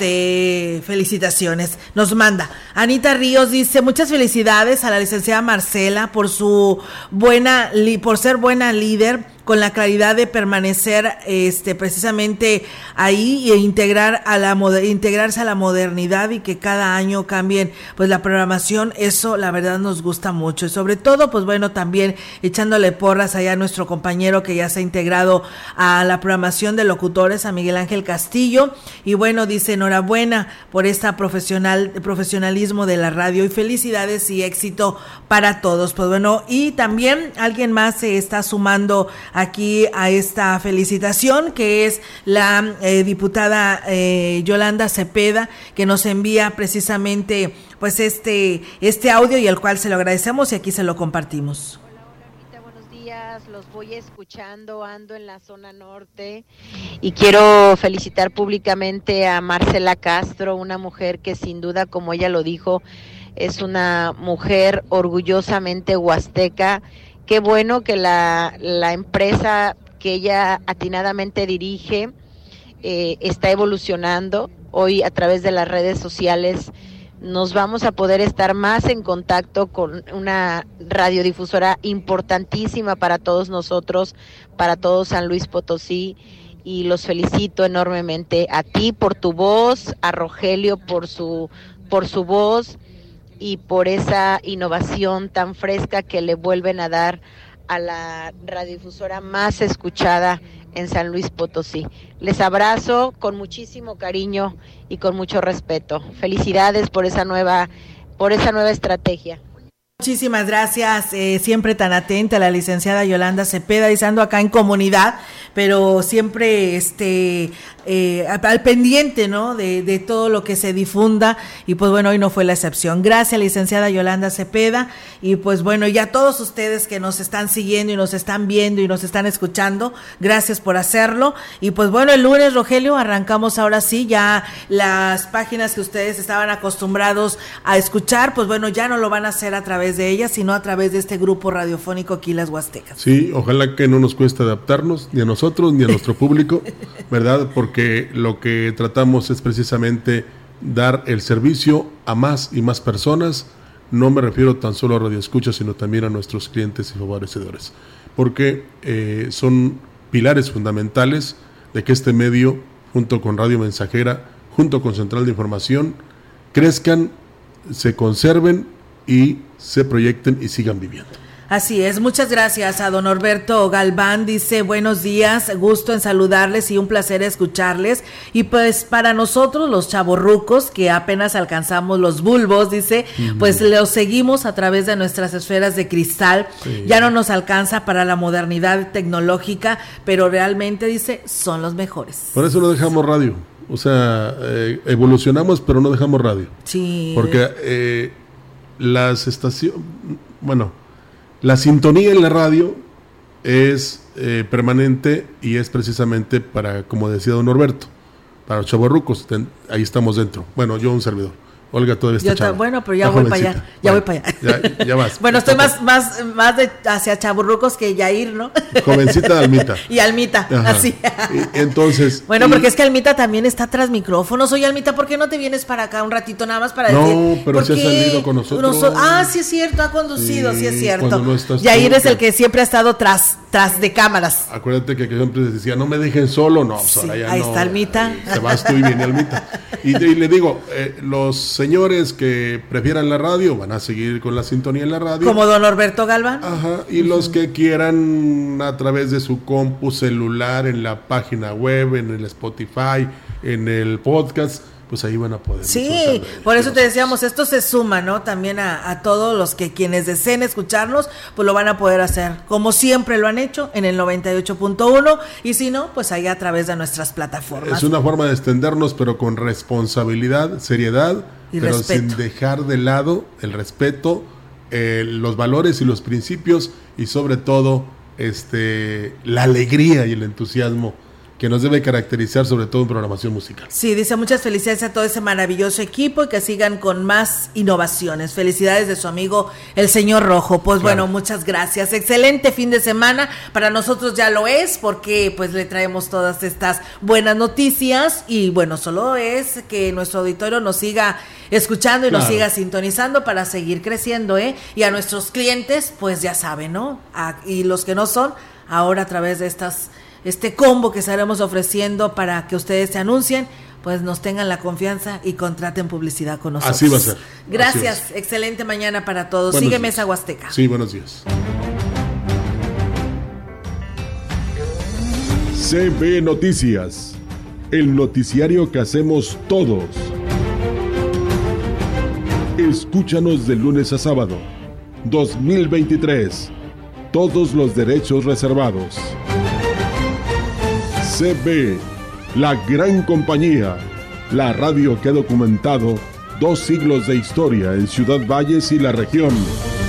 este felicitaciones. Nos manda Anita Ríos, dice, muchas felicidades a la licenciada Marcela por su buena por ser buena líder, con la claridad de permanecer este precisamente ahí e integrar a la integrarse a la modernidad y que cada año cambien pues la programación. Eso la verdad nos gusta mucho y sobre todo pues bueno, también echándole porras allá a nuestro compañero que ya se ha integrado a la programación de locutores, a Miguel Ángel Castillo, y bueno, dice enhorabuena por esta profesional profesionalismo de la radio y felicidades y éxito para todos. Pues bueno, y también alguien más se está sumando aquí a esta felicitación, que es la eh, diputada eh, Yolanda Cepeda, que nos envía precisamente pues este este audio y al cual se lo agradecemos y aquí se lo compartimos. Los voy escuchando, ando en la zona norte y quiero felicitar públicamente a Marcela Castro, una mujer que sin duda, como ella lo dijo, es una mujer orgullosamente huasteca. Qué bueno que la, la empresa que ella atinadamente dirige eh, está evolucionando. Hoy a través de las redes sociales nos vamos a poder estar más en contacto con una radiodifusora importantísima para todos nosotros, para todo San Luis Potosí, y los felicito enormemente a ti por tu voz, a Rogelio por su por su voz y por esa innovación tan fresca que le vuelven a dar a la radiodifusora más escuchada en San Luis Potosí. Les abrazo con muchísimo cariño y con mucho respeto. Felicidades por esa nueva, por esa nueva estrategia. Muchísimas gracias, eh, siempre tan atenta la licenciada Yolanda Cepeda, diciendo acá en comunidad, pero siempre este eh, al pendiente, ¿no? De, de todo lo que se difunda, y pues bueno, hoy no fue la excepción. Gracias, licenciada Yolanda Cepeda, y pues bueno, ya todos ustedes que nos están siguiendo y nos están viendo y nos están escuchando, gracias por hacerlo. Y pues bueno, el lunes, Rogelio, arrancamos ahora sí, ya las páginas que ustedes estaban acostumbrados a escuchar, pues bueno, ya no lo van a hacer a través de ellas, sino a través de este grupo radiofónico Quilas Huastecas. Sí, ojalá que no nos cueste adaptarnos, ni a nosotros, ni a nuestro público, ¿verdad? Porque lo que tratamos es precisamente dar el servicio a más y más personas. No me refiero tan solo a radioescuchas, sino también a nuestros clientes y favorecedores, porque eh, son pilares fundamentales de que este medio, junto con Radio Mensajera, junto con Central de Información, crezcan, se conserven y se proyecten y sigan viviendo. Así es, muchas gracias a don Norberto Galván, dice buenos días, gusto en saludarles y un placer escucharles, y pues para nosotros los chavorrucos que apenas alcanzamos los bulbos, dice, uh-huh. pues los seguimos a través de nuestras esferas de cristal, sí. ya no nos alcanza para la modernidad tecnológica, pero realmente, dice, son los mejores. Por eso no dejamos radio, o sea, eh, evolucionamos pero no dejamos radio. Sí. Porque eh, las estaciones, bueno... La sintonía en la radio es eh, permanente y es precisamente para, como decía don Norberto, para los chavorrucos, ahí estamos dentro. Bueno, yo un servidor. Olga todavía está chava. Bueno, pero ya voy para allá, ya bueno, voy para allá. Ya, ya vas. Bueno, estoy más más más de hacia chavorrucos que Yair, ¿no? Jovencita de Almita. Y Almita, Ajá. así. Y, entonces. Bueno, y, porque es que Almita también está tras micrófonos. Oye, Almita, ¿por qué no te vienes para acá un ratito nada más para no, decir? No, pero sí ha salido con nosotros. Noso- ah, sí es cierto, ha conducido, sí, sí es cierto. No Yair es el que siempre ha estado tras tras de cámaras. Acuérdate que, que siempre decía, no me dejen solo, no, pues sí, ahora ya ahí no. está Almita. Se vas tú y viene Almita. Y, y le digo, eh, los señores que prefieran la radio van a seguir con la sintonía en la radio. Como don Norberto Galván. Ajá, y uh-huh. los que quieran a través de su compu celular, en la página web, en el Spotify, en el podcast, pues ahí van a poder. Sí, por eso te decíamos, esto se suma, ¿no? También a, a todos los que quienes deseen escucharnos, pues lo van a poder hacer, como siempre lo han hecho, en el noventa y ocho punto uno, y si no, pues ahí a través de nuestras plataformas. Es una forma de extendernos, pero con responsabilidad, seriedad, y pero respeto. Sin dejar de lado el respeto, eh, los valores y los principios, y sobre todo, este, la alegría y el entusiasmo que nos debe caracterizar, sobre todo en programación musical. Sí, dice muchas felicidades a todo ese maravilloso equipo y que sigan con más innovaciones. Felicidades de su amigo el señor Rojo. Pues claro. Bueno, muchas gracias. Excelente fin de semana. Para nosotros ya lo es porque pues le traemos todas estas buenas noticias y bueno, solo es que nuestro auditorio nos siga escuchando y claro. nos siga sintonizando para seguir creciendo, ¿eh? Y a nuestros clientes, pues ya saben, ¿no? A, y los que no son, ahora a través de estas este combo que estaremos ofreciendo para que ustedes se anuncien, pues nos tengan la confianza y contraten publicidad con nosotros. Así va a ser. Gracias, excelente mañana para todos. Buenos Sigue días. Mesa Huasteca. Sí, buenos días. C B Noticias, el noticiario que hacemos todos. Escúchanos de lunes a sábado, dos mil veintitrés. Todos los derechos reservados. C B, la gran compañía, la radio que ha documentado dos siglos de historia en Ciudad Valles y la región.